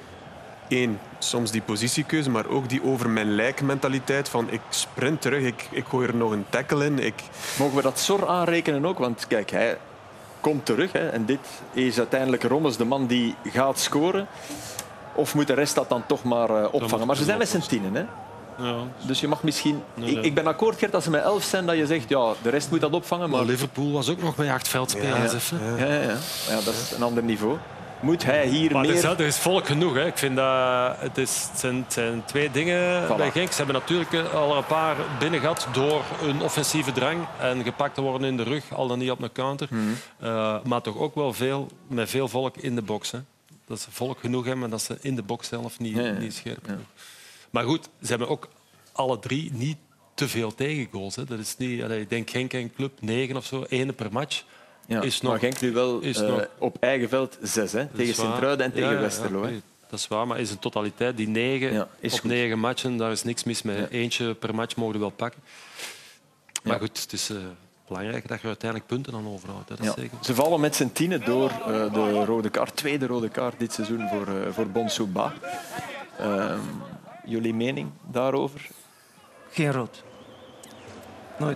soms die positiekeuze, maar ook die over mijn lijk mentaliteit. Van ik sprint terug, ik gooi er nog een tackle in. Mogen we dat Sor aanrekenen ook? Want kijk, hij komt terug. En dit is uiteindelijk Rommels, de man die gaat scoren. Of moet de rest dat dan toch maar opvangen? Maar ze zijn met z'n tienen, hè? Ja. Dus je mag misschien... Ik ben akkoord, Gert, als ze met 11 zijn, dat je zegt, ja, de rest moet dat opvangen. Maar Liverpool was ook nog bij 8 veldspelers. Ja, dat is een ander niveau. Moet hij hier meer... Er is volk genoeg. Hè. Ik vind dat het zijn twee dingen bij Genk. Ze hebben natuurlijk al een paar binnen gehad door een offensieve drang en gepakt te worden in de rug, al dan niet op een counter. Maar toch ook wel met veel volk in de box. Hè. Dat ze volk genoeg hebben, maar dat ze in de box zelf niet scherp genoeg. Maar goed, ze hebben ook alle drie niet te veel tegengoals. Hè. Dat is niet, ik denk Genk en Club 9 of zo, 1 per match. Ja, is nog, maar Genk nu wel op eigen veld 6, hè? Tegen Sint-Truiden en tegen Westerlo. Okay. Dat is waar, maar is een totaliteit die 9 op 9 matchen, daar is niks mis mee. Ja. Eentje per match mogen we wel pakken. Maar goed, het is belangrijk dat je uiteindelijk punten aan overhoudt. Dat is zeker. Ze vallen met z'n tienen door de rode kaart. Tweede rode kaart dit seizoen voor Bonsouba. Jullie mening daarover? Geen rood. Nooit.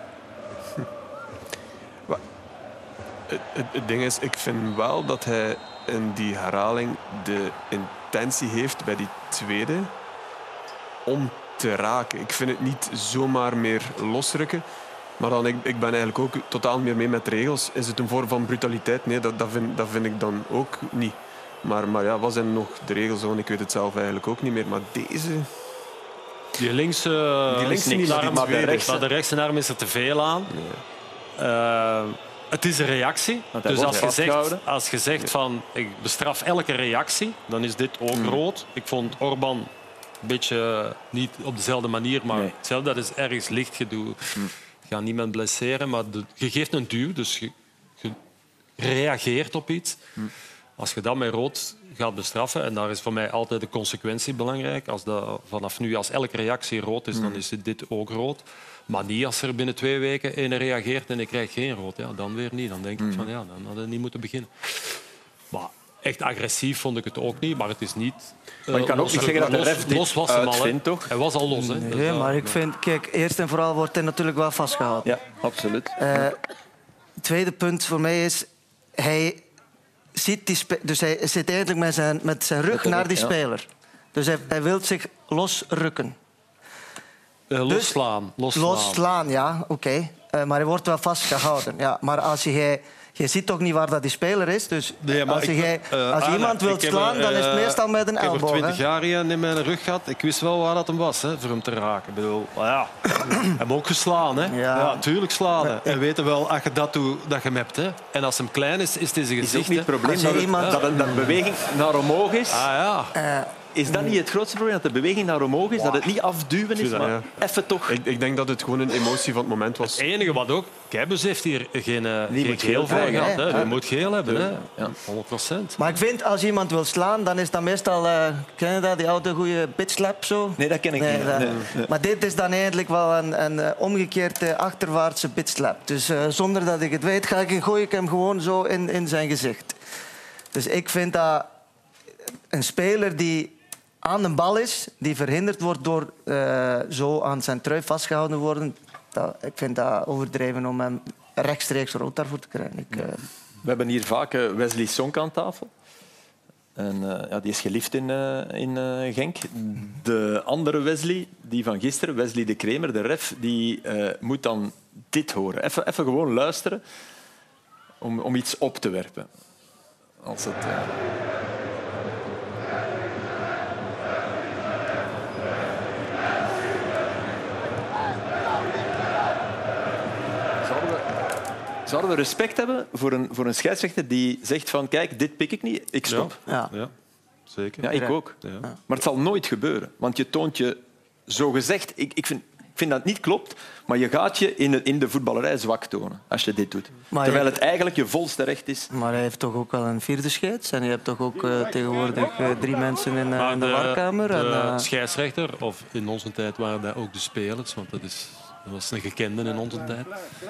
Het ding is, ik vind wel dat hij in die herhaling de intentie heeft bij die tweede om te raken. Ik vind het niet zomaar meer losrukken. Maar dan, ik ben eigenlijk ook totaal meer mee met de regels. Is het een vorm van brutaliteit? Nee, dat vind ik dan ook niet. Maar ja, wat zijn nog de regels? Ik weet het zelf eigenlijk ook niet meer. Maar deze... Die linkse niet, maar de rechtse arm is er te veel aan. Ja. Het is een reactie. Dus als je zegt van ik bestraf elke reactie, dan is dit ook rood. Ik vond Orban een beetje niet op dezelfde manier, maar hetzelfde. Dat is ergens licht gedoe. Je gaat niemand blesseren, maar je geeft een duw. Dus reageert op iets. Als je dat met rood gaat bestraffen, en daar is voor mij altijd de consequentie belangrijk. Als dat vanaf nu, als elke reactie rood is, dan is dit ook rood. Maar niet als er binnen 2 weken een reageert en ik krijg geen rood. Ja, dan weer niet. Dan denk ik van dan hadden we niet moeten beginnen. Maar echt agressief vond ik het ook niet, maar het is niet... Maar je kan ook niet zeggen dat de ref los was hem al. uitvindt, toch? Hij was al los. Hè. Nee, maar ik vind... Kijk, eerst en vooral wordt hij natuurlijk wel vastgehouden. Ja, absoluut. Het tweede punt voor mij is... Hij ziet dus hij zit eigenlijk met zijn rug naar die speler. Dus hij wil zich losrukken. Losslaan. Losslaan, ja, oké. Maar hij wordt wel vastgehouden. Ja, maar als je ziet toch niet waar dat die speler is. Dus nee, als iemand wil slaan, dan is het meestal met een elleboog. Ik heb 20 jaar in mijn rug gehad. Ik wist wel waar dat hem was, hè, voor hem te raken. Ik bedoel, hij heeft ook geslaan. Hè. Ja, tuurlijk slaan. Hè. En weten wel, als je dat doet, dat je hem hebt. Hè. En als hem klein is, is het in zijn gezicht. Is ook niet het probleem dat een beweging naar omhoog is. Is dat niet het grootste probleem, dat de beweging naar omhoog is? Dat het niet afduwen is, maar even toch... Ik denk dat het gewoon een emotie van het moment was. Het enige wat ook... Keibus heeft hier geen geel voor gehad. Hij moet geel hebben, hè. Ja. 100%. Maar ik vind, als iemand wil slaan, dan is dat meestal... ken je dat, die oude goede bitslap zo? Nee, dat ken ik niet. Nee. Maar dit is dan eigenlijk wel een omgekeerde achterwaartse bitslap. Dus zonder dat ik het weet, gooi ik hem gewoon zo in zijn gezicht. Dus ik vind dat een speler die aan de bal is, die verhinderd wordt door zo aan zijn trui vastgehouden te worden. Ik vind dat overdreven om hem rechtstreeks rood daarvoor te krijgen. We hebben hier vaak Wesley Sonk aan tafel. En, die is geliefd in Genk. De andere Wesley, die van gisteren, Wesley de Kremer, de ref, die moet dan dit horen. Even gewoon luisteren om iets op te werpen. Als het... Zouden we respect hebben voor een scheidsrechter die zegt van kijk, dit pik ik niet, ik stop. Ja, zeker. Ja, ik ook. Ja. Maar het zal nooit gebeuren. Want je toont je zogezegd... Ik vind dat het niet klopt, maar je gaat je in de voetballerij zwak tonen als je dit doet. Terwijl het eigenlijk je volste recht is. Maar hij heeft toch ook wel een vierde scheids? En je hebt toch ook tegenwoordig 3 mensen in de warkamer? De scheidsrechter, of in onze tijd waren dat ook de spelers, want dat was een gekende in onze tijd.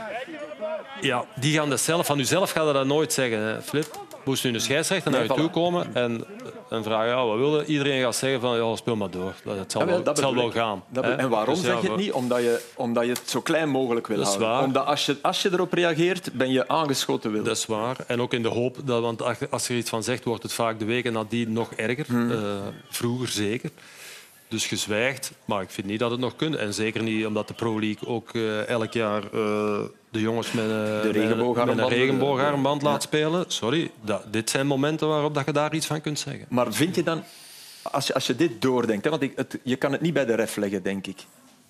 Ja, die gaan dat zelf. Van jezelf gaat dat nooit zeggen, hè, Flip. Moest nu een scheidsrechter naar je toe komen en vragen, wat wil je? Iedereen gaat zeggen van, speel maar door. Het zal wel gaan. En waarom zeg je het niet? Omdat je het zo klein mogelijk wil houden. Waar. Omdat als je erop reageert, ben je aangeschoten wil. Dat is waar. En ook in de hoop, want als er iets van zegt, wordt het vaak de weken nadien nog erger. Vroeger zeker. Dus je zwijgt, maar ik vind niet dat het nog kan. En zeker niet omdat de Pro League ook elk jaar de jongens met een regenboogarmband laat spelen. Sorry, dit zijn momenten waarop dat je daar iets van kunt zeggen. Maar vind je dan, als je dit doordenkt... Hè, want je kan het niet bij de ref leggen, denk ik.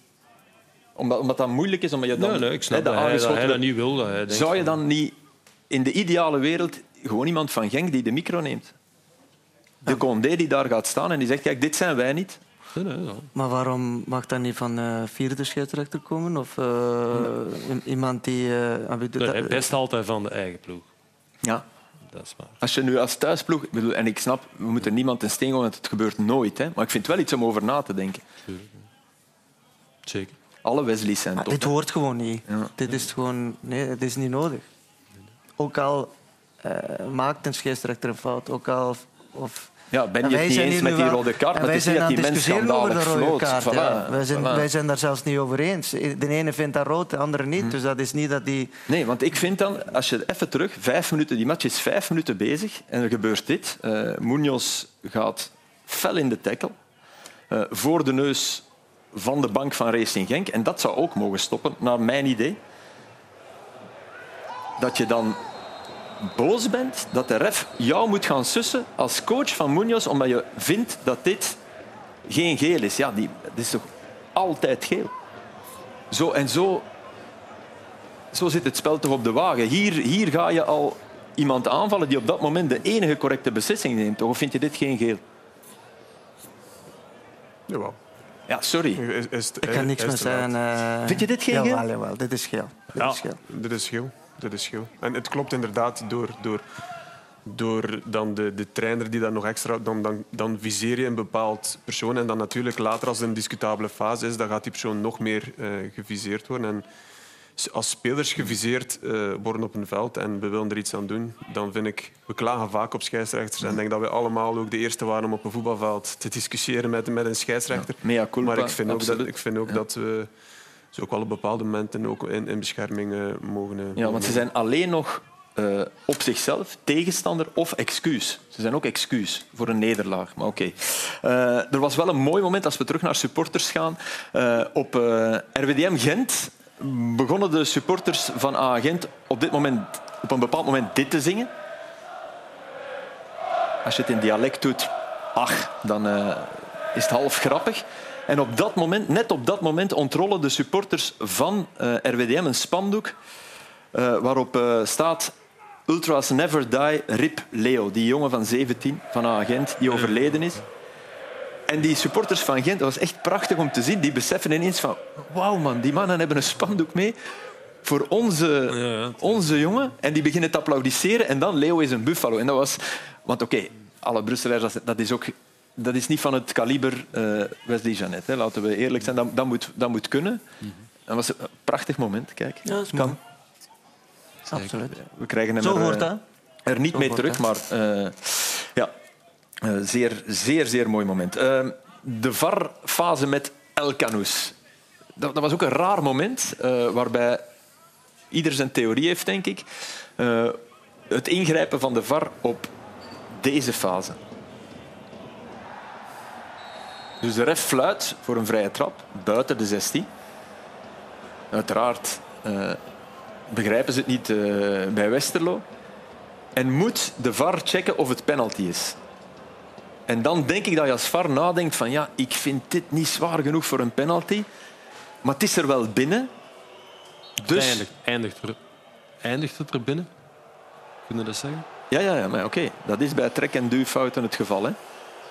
Omdat dat moeilijk is, omdat je dan... Nee, ik snap dat hij dat niet wil. Zou je dan niet in de ideale wereld gewoon iemand van Genk die de micro neemt? De Condé die daar gaat staan en die zegt, kijk, dit zijn wij niet... Nee. Maar waarom mag dat niet van vierde scheidsrechter komen? Of iemand die... Het best altijd van de eigen ploeg. Ja. Dat is waar. Als je nu als thuisploeg... En ik snap, we moeten niemand in steen gooien, want het gebeurt nooit. Hè, maar ik vind het wel iets om over na te denken. Zeker. Alle Wesleys zijn top. Dit hoort gewoon niet. Ja. Dit is gewoon... Nee, het is niet nodig. Ook al maakt een scheidsrechter een fout, ook al... Ja, ben je het niet eens met die rode kaart? Maar het is niet dat die mens schandalig floot. Wij zijn daar zelfs niet over eens. De ene vindt dat rood, de andere niet. Dus dat is niet dat die... Nee, want ik vind dan, als je even terug... 5 minuten, die match is 5 minuten bezig en er gebeurt dit. Munoz gaat fel in de tackle. Voor de neus van de bank van Racing Genk. En dat zou ook mogen stoppen, naar mijn idee. Dat je dan... boos bent dat de ref jou moet gaan sussen als coach van Munoz omdat je vindt dat dit geen geel is. Ja, dit is toch altijd geel? Zo zit het spel toch op de wagen. Hier ga je al iemand aanvallen die op dat moment de enige correcte beslissing neemt. Toch? Of vind je dit geen geel? Jawel. Ja, sorry. Ik kan niks meer zeggen. Vind je dit geen geel? Jawel, dit is geel. Dit is geel. de schil. En het klopt inderdaad door dan de trainer die daar nog extra... Dan viseer je een bepaald persoon. En dan natuurlijk later, als het een discutabele fase is, dan gaat die persoon nog meer geviseerd worden. En als spelers geviseerd worden op een veld en we willen er iets aan doen, dan vind ik... We klagen vaak op scheidsrechters. En ik denk dat we allemaal ook de eerste waren om op een voetbalveld te discussiëren met een scheidsrechter. Ja, mea culpa, maar ik vind ook dat we ze ook wel op bepaalde momenten ook in bescherming mogen... Ja, want ze zijn alleen nog op zichzelf tegenstander of excuus. Ze zijn ook excuus voor een nederlaag. Maar oké. Er was wel een mooi moment, als we terug naar supporters gaan. Op RWDM Gent begonnen de supporters van AA Gent op een bepaald moment dit te zingen. Als je het in dialect doet, dan is het half grappig. En op dat moment, net op dat moment ontrollen de supporters van RWDM een spandoek waarop staat Ultras never die, RIP Leo. Die jongen van 17 van AA Gent die overleden is. En die supporters van Gent, dat was echt prachtig om te zien, die beseffen ineens van wauw man, die mannen hebben een spandoek mee voor onze jongen. En die beginnen te applaudisseren en dan Leo is een buffalo. En dat was... Want oké, alle Brusselaars, dat is niet van het kaliber Wesley Jeannette. Hè. Laten we eerlijk zijn, dat moet kunnen. Dat was een prachtig moment, kijk. Ja, dat is kan. Absoluut. We krijgen hem er niet mee terug, maar zeer, zeer, zeer mooi moment. De VAR-fase met El Canoes. Dat was ook een raar moment, waarbij ieder zijn theorie heeft, denk ik. Het ingrijpen van de VAR op deze fase. Dus de ref fluit voor een vrije trap, buiten de 16. Uiteraard begrijpen ze het niet bij Westerlo. En moet de VAR checken of het penalty is. En dan denk ik dat je als VAR nadenkt van ja, ik vind dit niet zwaar genoeg voor een penalty. Maar het is er wel binnen. Dus... Eindigt het er binnen? Kunnen we dat zeggen? Ja, maar oké. Dat is bij trek- en duwfouten het geval. Hè.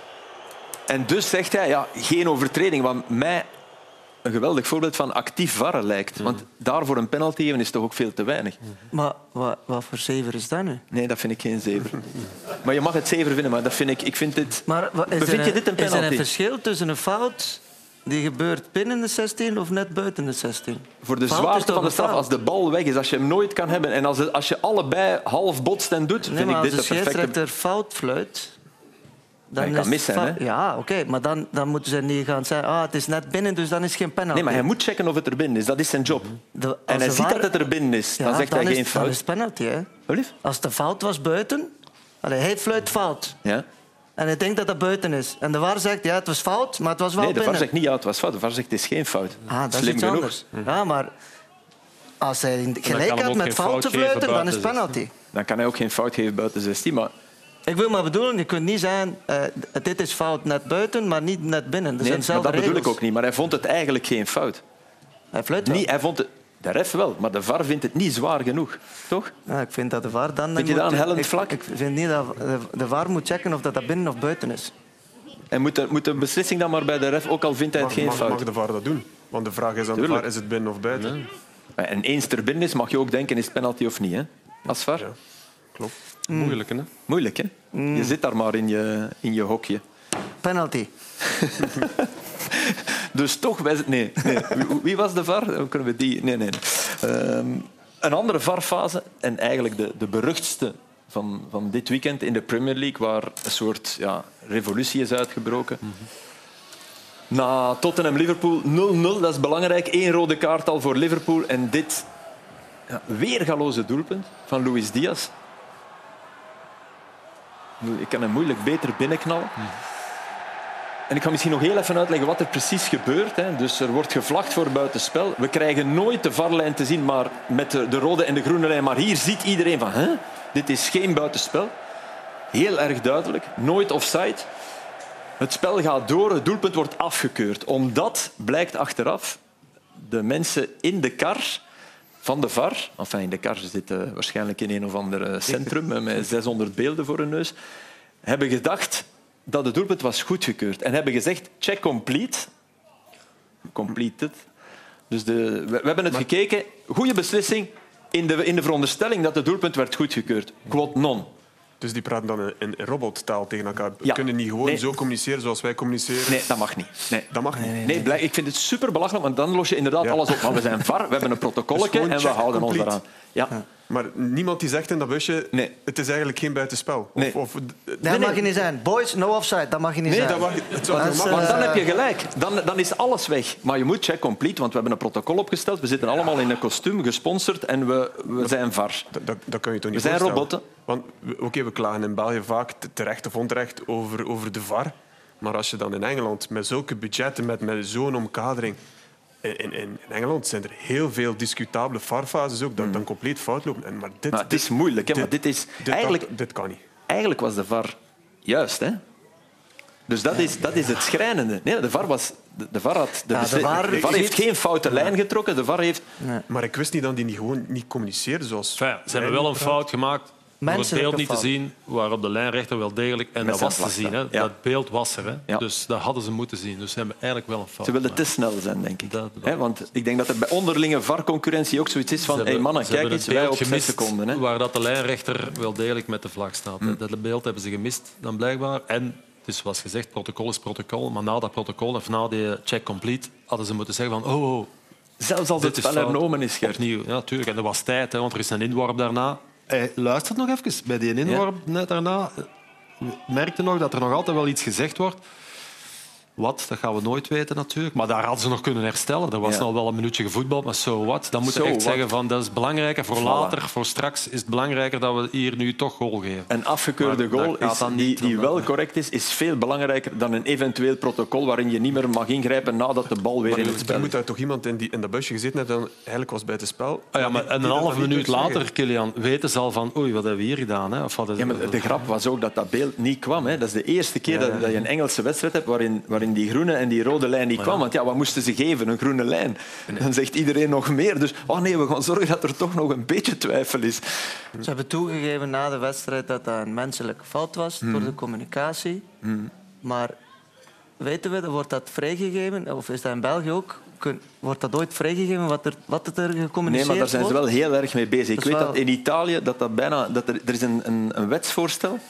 En dus zegt hij, ja, geen overtreding. Wat mij een geweldig voorbeeld van actief VAR lijkt. Want daarvoor een penalty geven is toch ook veel te weinig. Maar wat voor zever is dat nu? Nee, dat vind ik geen zever. Maar je mag het zever vinden, maar dat vind ik vind dit... Maar bevind je dit een penalty? Is er een verschil tussen een fout die gebeurt binnen de 16 of net buiten de 16? Voor de zwaarte van de straf, als de bal weg is, als je hem nooit kan hebben en als je allebei half botst en doet, vind ik dit de perfecte... Als de scheidsrechter fout fluit... Dan kan mis zijn, hè? Ja, oké, maar dan moeten ze niet gaan zeggen het is net binnen, dus dan is het geen penalty. Nee, maar hij moet checken of het er binnen is. Dat is zijn job. En hij ziet dat het er binnen is. Dan zegt hij geen fout. Dan is het penalty, hè? Als de fout was buiten... hij fluit fout. Ja. En hij denkt dat dat buiten is. En de VAR zegt, het was fout, maar het was wel binnen. Nee, de VAR zegt niet, het was fout. De VAR zegt, het is geen fout. Dat Slim is iets genoeg. anders. Ja, maar als hij gelijk had met fout te fluiten, dan is het penalty. Dan kan hij ook geen fout geven buiten 16, maar... Ik wil maar bedoelen, je kunt niet zeggen, dit is fout net buiten, maar niet net binnen. Nee, maar dat bedoel ik ook niet. Maar hij vond het eigenlijk geen fout. Hij fluit wel. Hij vond het... De ref wel, maar de VAR vindt het niet zwaar genoeg. Toch? Ja, ik vind dat de VAR dan... Vind je dat een hellend vlak? Ik vind niet dat de VAR moet checken of dat binnen of buiten is. En moet de beslissing dan maar bij de ref, ook al vindt hij het geen fout? Mag de VAR dat doen? Want de vraag is aan de VAR, is het binnen of buiten? Nee. En eens er binnen is, mag je ook denken, is het penalty of niet? Hè? Als VAR. Ja, klopt. Moeilijk, hè? Moeilijk, hè? Je zit daar maar in je hokje. Penalty. Dus toch... Nee. Wie was de VAR? Dan kunnen we die... Nee. Een andere VAR-fase, en eigenlijk de beruchtste van dit weekend in de Premier League, waar een soort revolutie is uitgebroken. Na Tottenham-Liverpool 0-0, dat is belangrijk. 1 rode kaart al voor Liverpool. En dit weergaloze doelpunt van Luis Diaz. Ik kan hem moeilijk beter binnenknallen. En ik ga misschien nog heel even uitleggen wat er precies gebeurt. Hè. Dus er wordt gevlacht voor buitenspel. We krijgen nooit de VAR-lijn te zien, maar met de rode en de groene lijn. Maar hier ziet iedereen van, dit is geen buitenspel. Heel erg duidelijk. Nooit offside. Het spel gaat door, het doelpunt wordt afgekeurd. Omdat, blijkt achteraf, de mensen in de kar van de VAR... Enfin, in de kar zitten waarschijnlijk in een of ander centrum met 600 beelden voor hun neus, hebben gedacht dat het doelpunt was goedgekeurd. En hebben gezegd, check complete. Completed. Dus we hebben het gekeken. Goede beslissing. in de veronderstelling dat het doelpunt werd goedgekeurd. Quod non. Dus die praten dan in robottaal tegen elkaar. We Ja. kunnen niet gewoon zo communiceren zoals wij communiceren. Nee, dat mag niet. Nee. Dat mag niet. Nee, ik vind het super belachelijk, want dan los je inderdaad alles op. Maar we zijn VAR, we hebben een protocolletje en we houden ons daaraan. Ja. Maar niemand die zegt in dat busje, het is eigenlijk geen buitenspel. Nee. Dat mag je niet zijn. Boys, no offside, dat mag je niet zijn. Dat mag, het zou Want dan heb je gelijk. Dan is alles weg. Maar je moet check complete, want we hebben een protocol opgesteld. We zitten allemaal in een kostuum, gesponsord en we zijn VAR. Dat kan je toch niet We zijn voorstellen? robotten. Want we klagen in België vaak terecht of onterecht over de VAR. Maar als je dan in Engeland met zulke budgetten, met zo'n omkadering... In Engeland zijn er heel veel discutabele VAR-fases ook, dat dan compleet fout lopen. Maar het is moeilijk, hè? Maar dit kan niet. Eigenlijk was de VAR juist, hè? Dus dat is het schrijnende. Nee, de VAR heeft geen foute lijn getrokken. De VAR heeft... Maar ik wist niet dat die gewoon niet communiceerden zoals... Ze hebben wel een fout gemaakt door het beeld niet te fout. zien, waarop de lijnrechter wel degelijk... En dat was te zien. Hè. Ja. Dat beeld was er. Hè. Ja. Dus dat hadden ze moeten zien. Dus ze hebben eigenlijk wel een fout Ze willen te gemaakt. snel zijn, denk ik. Dat- Want ik denk dat er bij onderlinge VAR-concurrentie ook zoiets is van... Hé mannen, Ze kijk hebben eens, het wij beeld op 6 gemist seconden. Hè. waar dat de lijnrechter wel degelijk met de vlag staat. Dat beeld hebben ze gemist dan blijkbaar. En het is zoals gezegd, protocol is protocol. Maar na dat protocol of na die check complete hadden ze moeten zeggen van... Oh, Zelfs als dit het is spel fout. hernomen is, Gert. Opnieuw, ja, natuurlijk. En er was tijd, hè, want er is een inworp daarna. Hij luistert nog even. Bij die inworp net daarna merkte nog dat er nog altijd wel iets gezegd wordt. Wat, dat gaan we nooit weten natuurlijk. Maar daar hadden ze nog kunnen herstellen. Er was al wel een minuutje gevoetbald, maar so what. Dan moet je echt zeggen van dat is belangrijker voor later, voor straks is het belangrijker dat we hier nu toch goal geven. Een afgekeurde Maar goal dat gaat dan niet, die omdat- wel correct is veel belangrijker dan een eventueel protocol waarin je niet meer mag ingrijpen nadat de bal weer in het spel Er is. moet daar toch iemand in dat busje gezeten hebben dat eigenlijk was bij het spel. Ah ja, maar Die een dat half dan niet minuut durft zeggen. later, Kilian, weten ze al van oei, wat hebben we hier gedaan? Hè? Of wat is Ja, maar de grap was ook dat dat beeld niet kwam. Hè. Dat is de eerste keer dat je een Engelse wedstrijd hebt waarin die groene en die rode lijn niet kwam. Want ja, wat moesten ze geven? Een groene lijn. Dan zegt iedereen nog meer. Dus oh nee, we gaan zorgen dat er toch nog een beetje twijfel is. Ze hebben toegegeven na de wedstrijd dat dat een menselijke fout was door de communicatie. Maar weten we, wordt dat vrijgegeven? Of is dat in België ook? Wordt dat ooit vrijgegeven wat er gecommuniceerd Nee, maar daar zijn ze wordt? wel heel erg mee bezig. Ik Dat is weet wel- dat in Italië er is een wetsvoorstel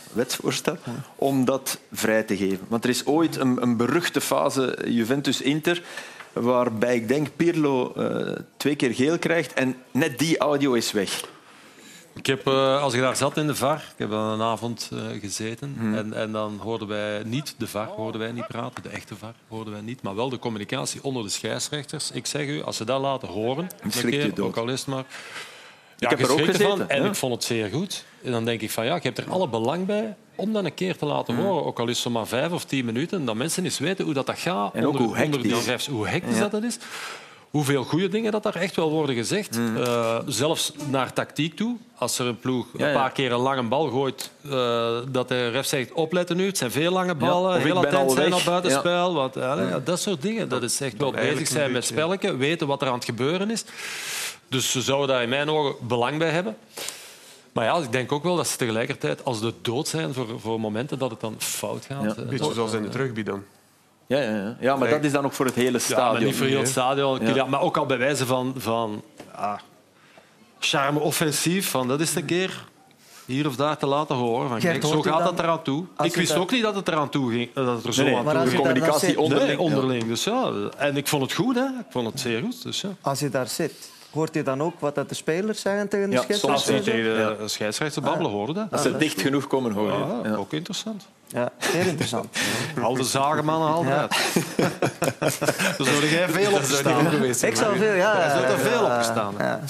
om dat vrij te geven. Want er is ooit een beruchte fase Juventus-Inter waarbij ik denk Pirlo 2 keer geel krijgt en net die audio is weg. Ik heb, als ik daar zat in de VAR, ik heb een avond gezeten en dan hoorden wij niet de VAR hoorden wij niet praten, de echte VAR hoorden wij niet, maar wel de communicatie onder de scheidsrechters. Ik zeg u, als ze dat laten horen, schrik je dood. ook al is het maar... Ik heb er ook gezeten. Van, en Ja. ik vond het zeer goed. En dan denk ik van ja, je hebt er alle belang bij om dat een keer te laten horen. Ook al is het maar 5 of 10 minuten. Dat mensen eens weten hoe dat gaat. En ook hoe hectisch. die refs, hoe hectisch dat is. Hoeveel goede dingen dat daar echt wel worden gezegd. Zelfs naar tactiek toe. Als er een ploeg een paar keer een lange bal gooit, dat de ref zegt opletten nu, het zijn veel lange ballen, of heel ik ben attent al zijn weg. op buitenspel. Want, dat soort dingen. Dat is echt wel eigenlijk bezig zijn een met beetje, spelletje, weten wat er aan het gebeuren is. Dus ze zouden daar in mijn ogen belang bij hebben. Maar ja, ik denk ook wel dat ze tegelijkertijd als de dood zijn voor momenten dat het dan fout gaat. Ja. Een beetje zoals in het rugby dan. Ja, maar dat is dan ook voor het hele Ja, stadion. maar niet voor heel het stadion. Ja. Ja, maar ook al bij wijze van charme offensief. Van, dat is een keer hier of daar te laten horen. Van, Gert, kijk, zo hoort u gaat dan- dat eraan toe. als Ik je wist dat- ook niet dat het eraan toe ging. Dat het er zo Nee, aan maar toe als de je ging. daar dan communicatie zit- onderling. Nee, onderling. Dus ja. En ik vond het goed. Hè. Ik vond het zeer goed. Dus, ja. Als je daar zit, hoort je dan ook wat dat de spelers zeggen tegen de Ja, scheidsrechter? Als je tegen Ja. de scheidsrechter babbelen hoorde. Als ze dicht genoeg komen horen. Ja, Ja. ook interessant. Ja, zeer interessant. Al de zagenmannen halen Ja. uit. Daar zou jij veel op staan. Ik zou veel, ja. Daar zou er veel op gestaan. Ja.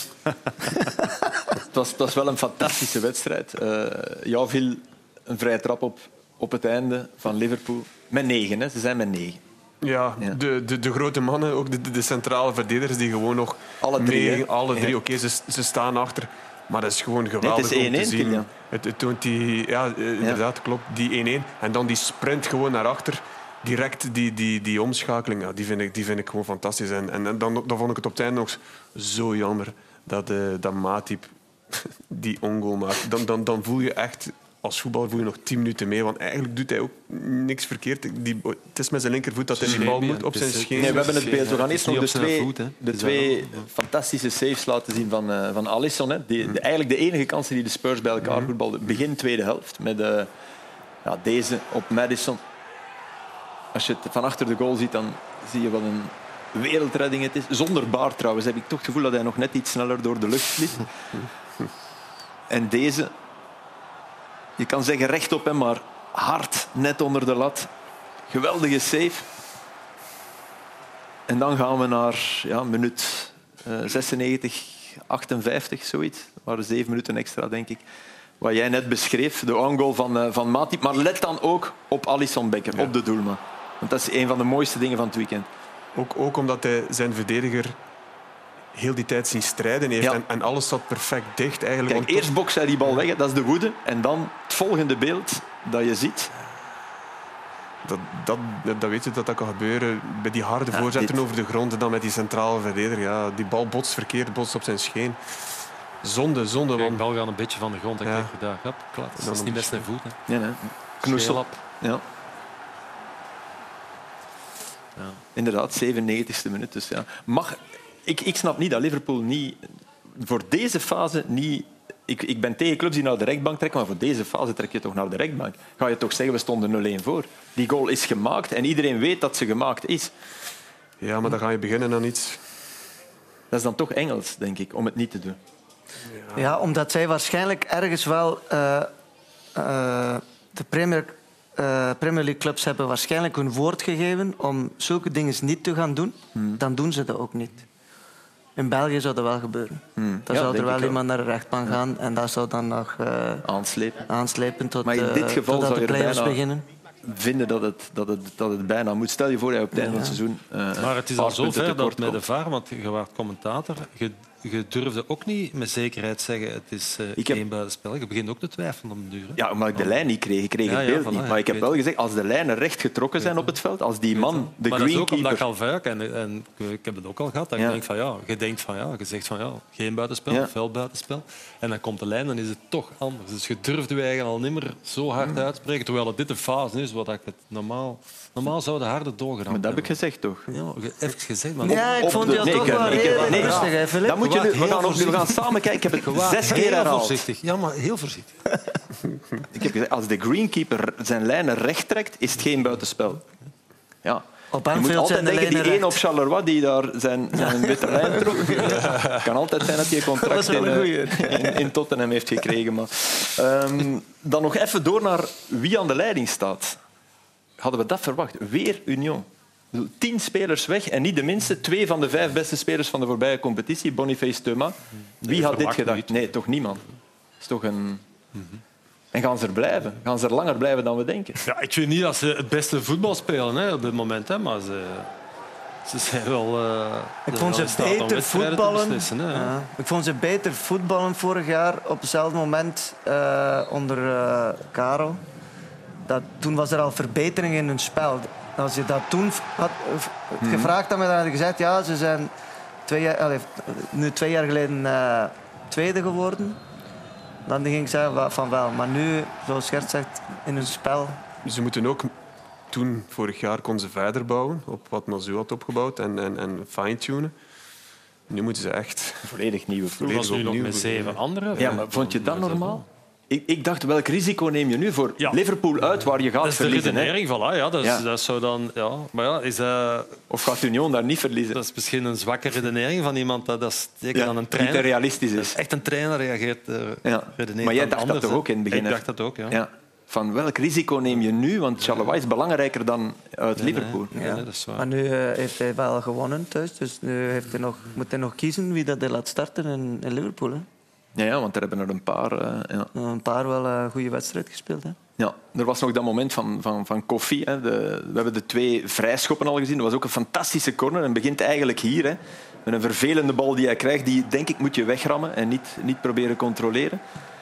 Het was wel een fantastische wedstrijd. Jou viel een vrije trap op het einde van Liverpool. Met 9, hè. Ze zijn met 9. Ja, Ja. de grote mannen, ook de centrale verdedigers die gewoon nog... Alle drie, hè? Alle drie, Ja. oké, ze staan achter. Maar dat is gewoon geweldig Nee, het is om te 1-1, zien. Kilian. Het toont die... Ja, inderdaad, klopt. Die 1-1. En dan die sprint gewoon naar achter. Direct die omschakeling. Ja, die vind ik gewoon fantastisch. En dan vond ik het op het einde nog zo jammer dat Matip die ongoal maakt. Dan voel je echt als voetballer voel je nog 10 minuten mee, want eigenlijk doet hij ook niks verkeerd. Het is met zijn linkervoet dat hij de bal moet op zijn scheen. Nee, we hebben het beeld. We gaan eerst nog de twee fantastische saves laten zien van Alisson. Hè. Eigenlijk de enige kansen die de Spurs bij elkaar voetbalden. Begin tweede helft met deze op Maddison. Als je het van achter de goal ziet, dan zie je wat een wereldredding het is. Zonder baard trouwens heb ik toch het gevoel dat hij nog net iets sneller door de lucht vliegt. En deze, je kan zeggen recht op hem, maar hard net onder de lat. Geweldige save. En dan gaan we naar minuut 96, 58, zoiets. Dat waren 7 minuten extra, denk ik. Wat jij net beschreef, de own goal van Matip. Maar let dan ook op Alisson Becker, op de doelman. Want dat is een van de mooiste dingen van het weekend. Ook omdat hij zijn verdediger heel die tijd zien strijden heeft. Ja. En alles zat perfect dicht. Eigenlijk. Kijk, eerst bokst hij die bal weg, dat is de woede. En dan het volgende beeld dat je ziet. Dat weet je dat kan gebeuren. Bij die harde voorzetten over de grond en dan met die centrale verdediger. Ja, die bal botst verkeerd, botst op zijn scheen. Zonde. De bal gaat een beetje van de grond. En kijk, daar, klaar. Dat is niet met zijn voet. Nee. Knoesel. Ja. Inderdaad, 97e minuut. Dus ja. Ik snap niet dat Liverpool niet voor deze fase niet... Ik ben tegen clubs die naar de rechtbank trekken, maar voor deze fase trek je toch naar de rechtbank. Ga je toch zeggen, we stonden 0-1 voor. Die goal is gemaakt en iedereen weet dat ze gemaakt is. Ja, maar dan ga je beginnen aan iets... Dat is dan toch Engels, denk ik, om het niet te doen. Ja, omdat zij waarschijnlijk ergens wel... de Premier League clubs hebben waarschijnlijk hun woord gegeven om zulke dingen niet te gaan doen. Dan doen ze dat ook niet. In België zou dat wel gebeuren. Dan zou er wel iemand naar de rechtbank gaan en dat zou dan nog aanslepen tot, maar in dit geval zou de play-offs beginnen. Vinden dat het bijna moet. Stel je voor dat je op het einde van het seizoen... maar het is al zo ver dat met de VAR, want je was commentator, je durfde ook niet met zekerheid zeggen het is geen buitenspel. Je begint ook te twijfelen om de duur. Ja, omdat ik de lijn niet kreeg. Ik kreeg het beeld niet. Maar ik heb wel gezegd, als de lijnen recht getrokken zijn op het veld, als die man, de maar greenkeeper... Maar dat is ook omdat je al vaak, en ik heb het ook al gehad, dat je denkt van je zegt van geen buitenspel, veldbuitenspel. En dan komt de lijn, dan is het toch anders. Dus je durft je eigen al niet meer zo hard uitspreken, terwijl dit een fase is wat ik het normaal zou de harde doorgaan. Maar dat heb ik gezegd, toch? Ja, even gezegd. Maar ik vond je toch wel redelijk rustig. We gaan samen kijken. Ik heb het 6 keer herhaald. Voorzichtig. Ja, maar heel voorzichtig. Ik heb gezegd, als de greenkeeper zijn lijnen recht trekt, is het geen buitenspel. Ja. Je moet altijd denken, die één op Charleroi die daar zijn witte lijn trok. Het kan altijd zijn dat hij een contract in Tottenham heeft gekregen. Maar, dan nog even door naar wie aan de leiding staat. Hadden we dat verwacht? Weer Union. 10 spelers weg en niet de minste 2 van de 5 beste spelers van de voorbije competitie, Boniface, Teuma. Wie had dit gedacht? Niet. Nee, toch niemand. Dat is toch een... En gaan ze er blijven? Gaan ze er langer blijven dan we denken? Ja, ik vind niet dat ze het beste voetbal spelen op dit moment, hè, maar ze zijn wel... ik vond ze beter voetballen. Ik vond ze beter voetballen vorig jaar op hetzelfde moment onder Caro. Toen was er al verbetering in hun spel. Als je dat toen had gevraagd had, dan had je gezegd, ja, ze zijn 2 jaar geleden tweede geworden. Dan ging ik zeggen van wel. Maar nu, zoals Gert zegt, in hun spel... Ze moeten ook... Toen, vorig jaar, kon ze verder bouwen op wat Mazu had opgebouwd en fine-tunen. Nu moeten ze echt... Volledig nieuwe ploeg. Was nu nog met 7 anderen. Ja, maar vond je dat normaal? Ik dacht, welk risico neem je nu voor Liverpool uit waar je gaat verliezen? Dat is de redenering, dat zou dan... Ja. Maar ja, is of gaat Union daar niet verliezen? Dat is misschien een zwakke redenering van iemand dat is dan een trainer... Niet realistisch is. Echt een trainer reageert redeneert. Maar jij dacht dat toch ook in het begin? Ik dacht dat ook, ja. Van welk risico neem je nu? Want Charleroi is belangrijker dan uit Liverpool. Nee, dat is waar. Maar nu heeft hij wel gewonnen thuis. Dus nu moet hij nog kiezen wie dat hij laat starten in Liverpool. Hè. Ja, want er hebben er een paar... Een paar wel een goede wedstrijd gespeeld. Hè. Ja, er was nog dat moment van Koffie. Hè. We hebben de 2 vrijschoppen al gezien. Dat was ook een fantastische corner. En begint eigenlijk hier. Hè, met een vervelende bal die hij krijgt. Die, denk ik, moet je wegrammen en niet proberen controleren.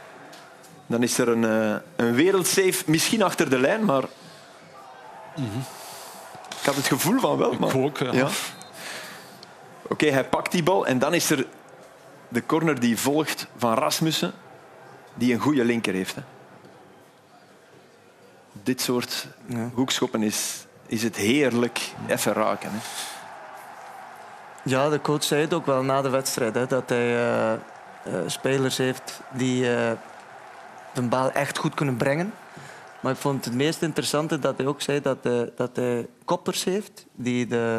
Dan is er een wereldsave, misschien achter de lijn, maar... Ik had het gevoel van wel. Maar... Ik ook, ja. Oké, hij pakt die bal en dan is er de corner die volgt van Rasmussen, die een goede linker heeft. Hè. dit soort hoekschoppen is het heerlijk even raken. Hè. Ja, de coach zei het ook wel na de wedstrijd. Hè, dat hij spelers heeft die de bal echt goed kunnen brengen. Maar ik vond het meest interessante dat hij ook zei dat hij koppers heeft die de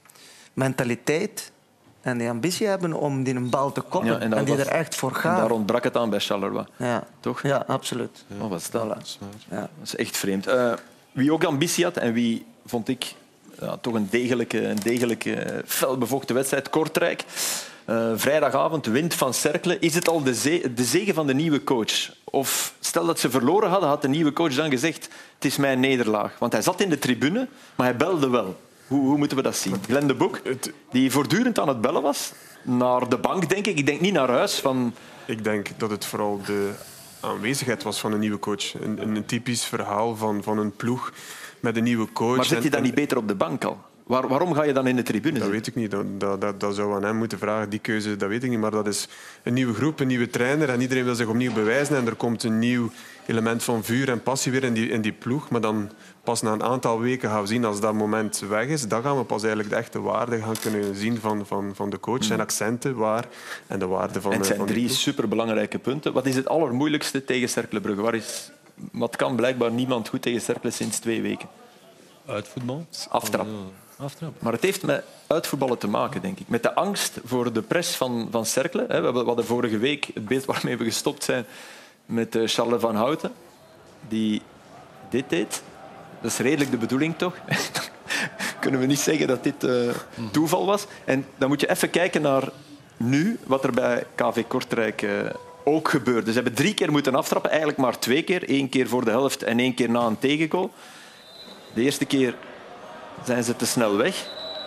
mentaliteit en de ambitie hebben om die een bal te koppen. En die er echt voor gaan. Daar ontbrak het aan bij Charleroi. Ja. Toch? Ja, absoluut. Ja. Wat is dat? Ja. Dat is echt vreemd. Wie ook ambitie had en wie, vond ik, toch een degelijke felbevochten wedstrijd, Kortrijk. Vrijdagavond, wint van Cercle. Is het al de zege van de nieuwe coach? Of stel dat ze verloren hadden, had de nieuwe coach dan gezegd het is mijn nederlaag. Want hij zat in de tribune, maar hij belde wel. Hoe moeten we dat zien? Glenn de Boek, die voortdurend aan het bellen was. Naar de bank, denk ik. Ik denk niet naar huis. Ik denk dat het vooral de aanwezigheid was van een nieuwe coach. Een typisch verhaal van een ploeg met een nieuwe coach. Maar zit hij dan niet beter op de bank al? Waarom ga je dan in de tribune zitten? Dat weet ik niet. Dat zou aan hem moeten vragen. Die keuze, dat weet ik niet. Maar dat is een nieuwe groep, een nieuwe trainer. En iedereen wil zich opnieuw bewijzen. En er komt een nieuw element van vuur en passie weer in die ploeg. Maar dan pas na een aantal weken gaan we zien, als dat moment weg is, dan gaan we pas eigenlijk de echte waarde gaan kunnen zien van de coach. Zijn accenten waar en de waarde van. En het zijn van 3 superbelangrijke punten. Wat is het allermoeilijkste tegen Cercle Brugge? Wat kan blijkbaar niemand goed tegen Cercle sinds 2 weken? Uitvoetbal? Aftrap. Maar het heeft met uitvoetballen te maken, denk ik. Met de angst voor de press van Cercle. We hadden vorige week het beeld waarmee we gestopt zijn met Charles van Houten, die dit deed. Dat is redelijk de bedoeling, toch? Kunnen we niet zeggen dat dit toeval was. En dan moet je even kijken naar nu, wat er bij KV Kortrijk ook gebeurde. Ze hebben 3 keer moeten aftrappen, eigenlijk maar 2 keer. 1 keer voor de helft en 1 keer na een tegengoal. De eerste keer zijn ze te snel weg.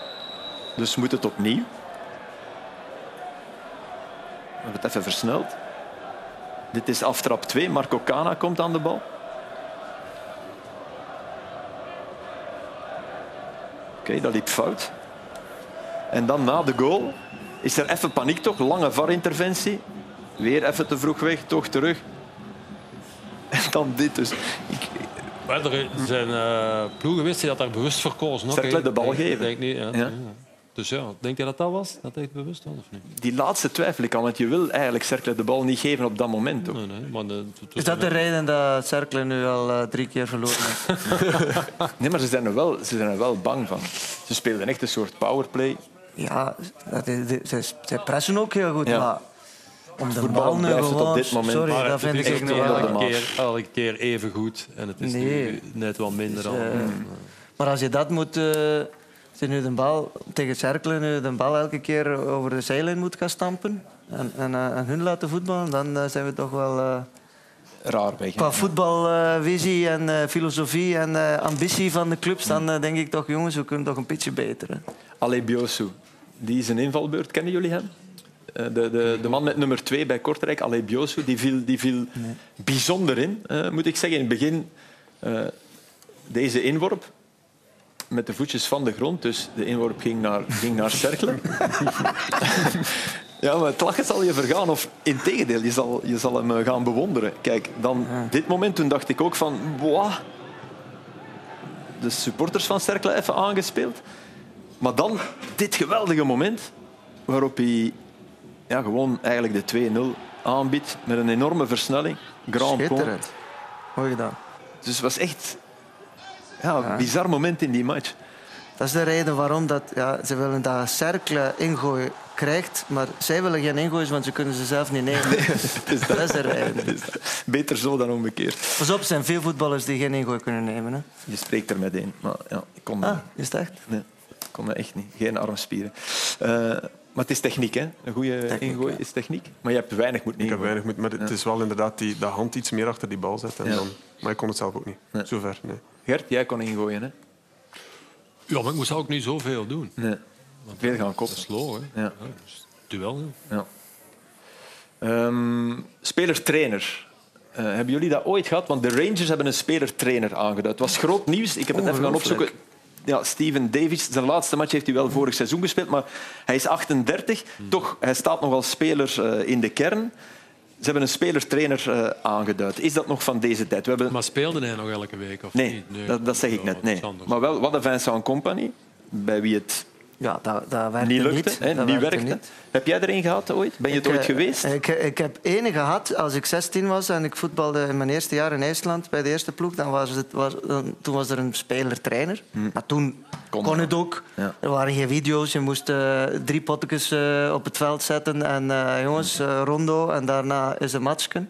Dus moet het opnieuw. We hebben het even versneld. Dit is aftrap 2. Marco Cana komt aan de bal. Oké, dat liep fout. En dan na de goal is er even paniek toch. Lange VAR-interventie. Weer even te vroeg weg, toch terug. En dan dit dus. Maar er zijn ploegen geweest die dat daar bewust voor kozen. Cercle de bal geven. Denk niet, ja. Dus ja, denk je dat dat was? Dat hij bewust was of niet? Die laatste twijfel ik aan, want je wil eigenlijk Cercle de bal niet geven op dat moment. Toch? Nee, maar is dat de reden dat Cercle nu al 3 keer verloren heeft? Nee, maar ze zijn er wel bang van. Ze speelden echt een soort powerplay. Ja, zij pressen ook heel goed, maar om de voetbal nu blijft gewoon... het op dit moment. Sorry, dat vind ik echt elke keer even goed en het is nu net wat minder dan. Maar als je dat moet... Als je nu de bal tegen Cercle nu de bal elke keer over de zijlijn moet gaan stampen en hun laten voetballen, dan zijn we toch wel raar weg. Qua voetbalvisie en filosofie en ambitie van de clubs, dan denk ik toch, jongens, we kunnen toch een beetje beter. Hè? Ale Biosu, die is een invalbeurt. Kennen jullie hem? De man met nummer 2 bij Kortrijk, Ale Biosu, die viel bijzonder in, moet ik zeggen. In het begin deze inworp. Met de voetjes van de grond, dus de inworp ging naar Cercle. Ja, maar het lachen zal je vergaan. Of integendeel, je zal hem gaan bewonderen. Kijk, dan dit moment, toen dacht ik ook van... Wow, de supporters van Cercle even aangespeeld. Maar dan dit geweldige moment waarop hij gewoon eigenlijk de 2-0 aanbiedt met een enorme versnelling. Grand Schitterend. Mooi gedaan. Dus het was echt... een bizar moment in die match. Dat is de reden waarom ze willen dat Cercle ingooi krijgt, maar zij willen geen ingoois, want ze kunnen ze zelf niet nemen. Dat is de reden. Beter zo dan omgekeerd. Pas op, er zijn veel voetballers die geen ingooi kunnen nemen. Hè? Je spreekt er meteen. Maar ik kon dat niet. Is het echt? Nee, ik kon dat echt niet. Geen armspieren. Maar het is techniek, hè? Een goede ingooi is techniek. Maar je hebt weinig moeten ingooien. Ik heb weinig moeten, maar het is wel inderdaad de hand iets meer achter die bal zetten. En dan, maar ik kon het zelf ook niet. Nee. Zover, nee. Gert, jij kon ingooien, hè? Ja, maar ik moest ook niet zoveel doen. Nee. Veel gaan koppen. Dat is slow, hè? Ja. Dus duel. Ja. Speler-trainer. Hebben jullie dat ooit gehad? Want de Rangers hebben een speler-trainer aangeduid. Het was groot nieuws. Ik heb het even gaan opzoeken. Ja, Steven Davis, zijn laatste match heeft hij wel vorig seizoen gespeeld, maar hij is 38. Toch, hij staat nog als speler in de kern. Ze hebben een speler-trainer aangeduid. Is dat nog van deze tijd? We hebben... Maar speelde hij nog elke week? Of nee, niet? Dat zeg ik net. Nee. Maar wel, wat een Vincent Kompany, bij wie het niet lukte, niet werkte. Niet. Heb jij er een gehad ooit? Ben je het ooit geweest? Ik heb ene gehad als ik 16 was en ik voetbalde in mijn eerste jaar in IJsland bij de eerste ploeg. Toen was er een speler-trainer. Maar toen kon het ook. Ja. Er waren geen video's. Je moest 3 potjes op het veld zetten en jongens, rondo en daarna is een matchken.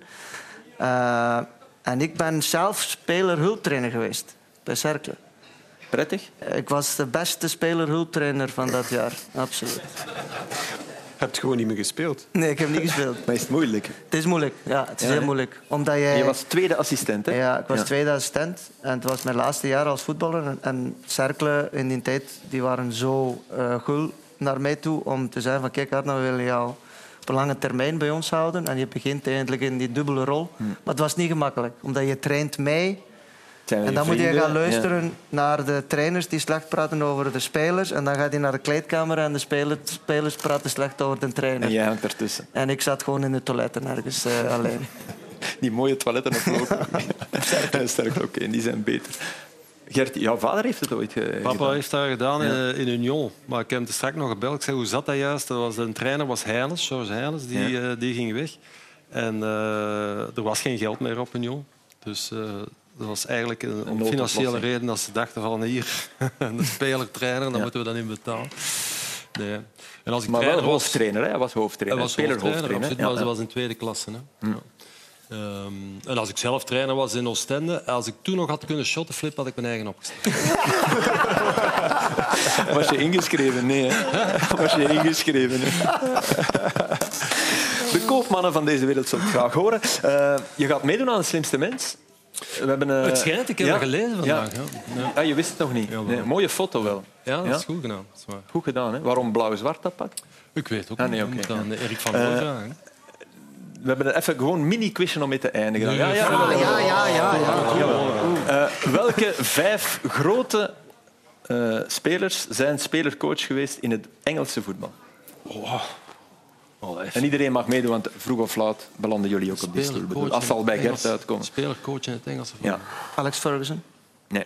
En ik ben zelf speler-hulptrainer geweest bij Cercle. Prettig? Ik was de beste speler-hulptrainer van dat jaar, absoluut. Je hebt gewoon niet meer gespeeld? Nee, ik heb niet gespeeld. Maar is het moeilijk? Het is moeilijk, ja. Het is heel moeilijk. Omdat je was tweede assistent, hè? Ja, ik was tweede assistent. En het was mijn laatste jaar als voetballer. En Cercle in die tijd die waren zo gul naar mij toe om te zeggen van kijk, Arno, we willen jou op een lange termijn bij ons houden. En je begint eigenlijk in die dubbele rol. Maar het was niet gemakkelijk, omdat je traint mee. En dan moet je gaan luisteren naar de trainers die slecht praten over de spelers. En dan gaat hij naar de kleedkamer en de spelers praten slecht over de trainer. En jij hangt ertussen. En ik zat gewoon in de toiletten ergens alleen. Die mooie toiletten oplopen. Sterk, oké, die zijn beter. Gert, jouw vader heeft het ooit gedaan. Papa heeft dat gedaan in Union. Maar ik heb hem straks nog gebeld. Ik zei, hoe zat dat juist? Een trainer was Heijnes, George Heijnes, die ging weg. En er was geen geld meer op Union. Dus... dat was eigenlijk een financiële reden dat ze dachten van hier, de speler-trainer, dan moeten we dan in betalen. Nee. En als ik maar wel hoofdtrainer, hè? Hij was hoofdtrainer. Hij was speler-hoofdtrainer, maar ze was in tweede klasse. Hè. Ja. En als ik zelf trainer was in Oostende, als ik toen nog had kunnen shottenflip, had ik mijn eigen opgesteld. Was je ingeschreven? Nee, hè? Was je ingeschreven? De koopmannen van deze wereld zullen het graag horen. Je gaat meedoen aan De Slimste Mens. We hebben, het schijnt, ik heb dat gelezen vandaag. Ja, je wist het nog niet. Nee, mooie foto wel. Ja, dat is goed gedaan. Dat is waar. Goed gedaan, hè? Waarom blauw-zwart dat pak? Ik weet ook niet. Moet aan Erik van Loo vragen. We hebben even gewoon een mini-quizje om mee te eindigen. Welke 5 grote spelers zijn spelercoach geweest in het Engelse voetbal? En iedereen mag meedoen, want vroeg of laat belanden jullie ook op die stoel. Als zal bij Gert uitkomen. Spelercoach in het Engelse voetbal. Ja. Alex Ferguson? Nee.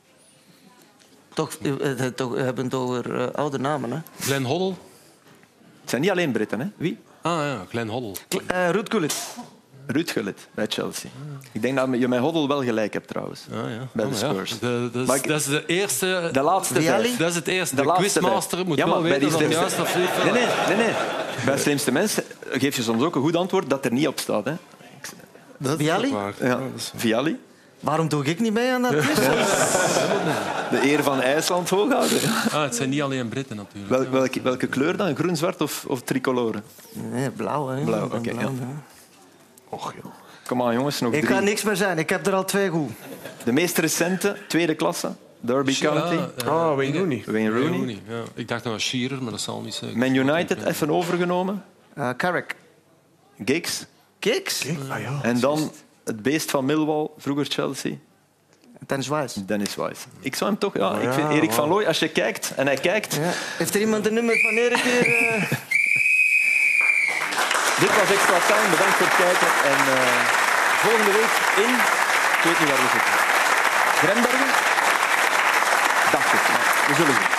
We hebben het over oude namen, hè? Glenn Hoddle? Het zijn niet alleen Britten, hè? Wie? Glenn Hoddle. Ruud Gullit. Ruud Gullit bij Chelsea. Ik denk dat je met Hoddle wel gelijk hebt, trouwens. Bij de Spurs. Dat is de eerste... De laatste 5. Dat is het eerste. De quizmaster moet wel weten dat het juist of niet... Nee. Bij Slimste Mensen geef je soms ook een goed antwoord dat er niet op staat. Hè? Vialli? Ja, Vialli. Waarom doe ik niet mee aan dat quiz? De eer van IJsland hooghouden. Het zijn niet alleen Britten natuurlijk. Welke kleur dan? Groen, zwart of tricolore? Nee, blauw. Hè. Blauw, oké. Ja. Och, joh. Kom aan, jongens, nog 3. Ik ga niks meer zijn. Ik heb er al 2 goed. De meest recente, tweede klasse. Derby County. Wayne Rooney. Wayne Rooney. Ja. Ik dacht nog aan Shearer, maar dat zal niet zijn. Man United, even overgenomen. Carrick. Giggs. Giggs? En dan het beest van Millwall, vroeger Chelsea. Dennis Wise. Ik zou hem toch... Ja, ik vind Erik van Looy, als je kijkt en hij kijkt... Ja. Heeft er iemand een nummer van Erik hier? Dit was Extra Time. Bedankt voor het kijken. En volgende week in... Ik weet niet waar we zitten. Grembergen? Dacht ik. We zullen zien.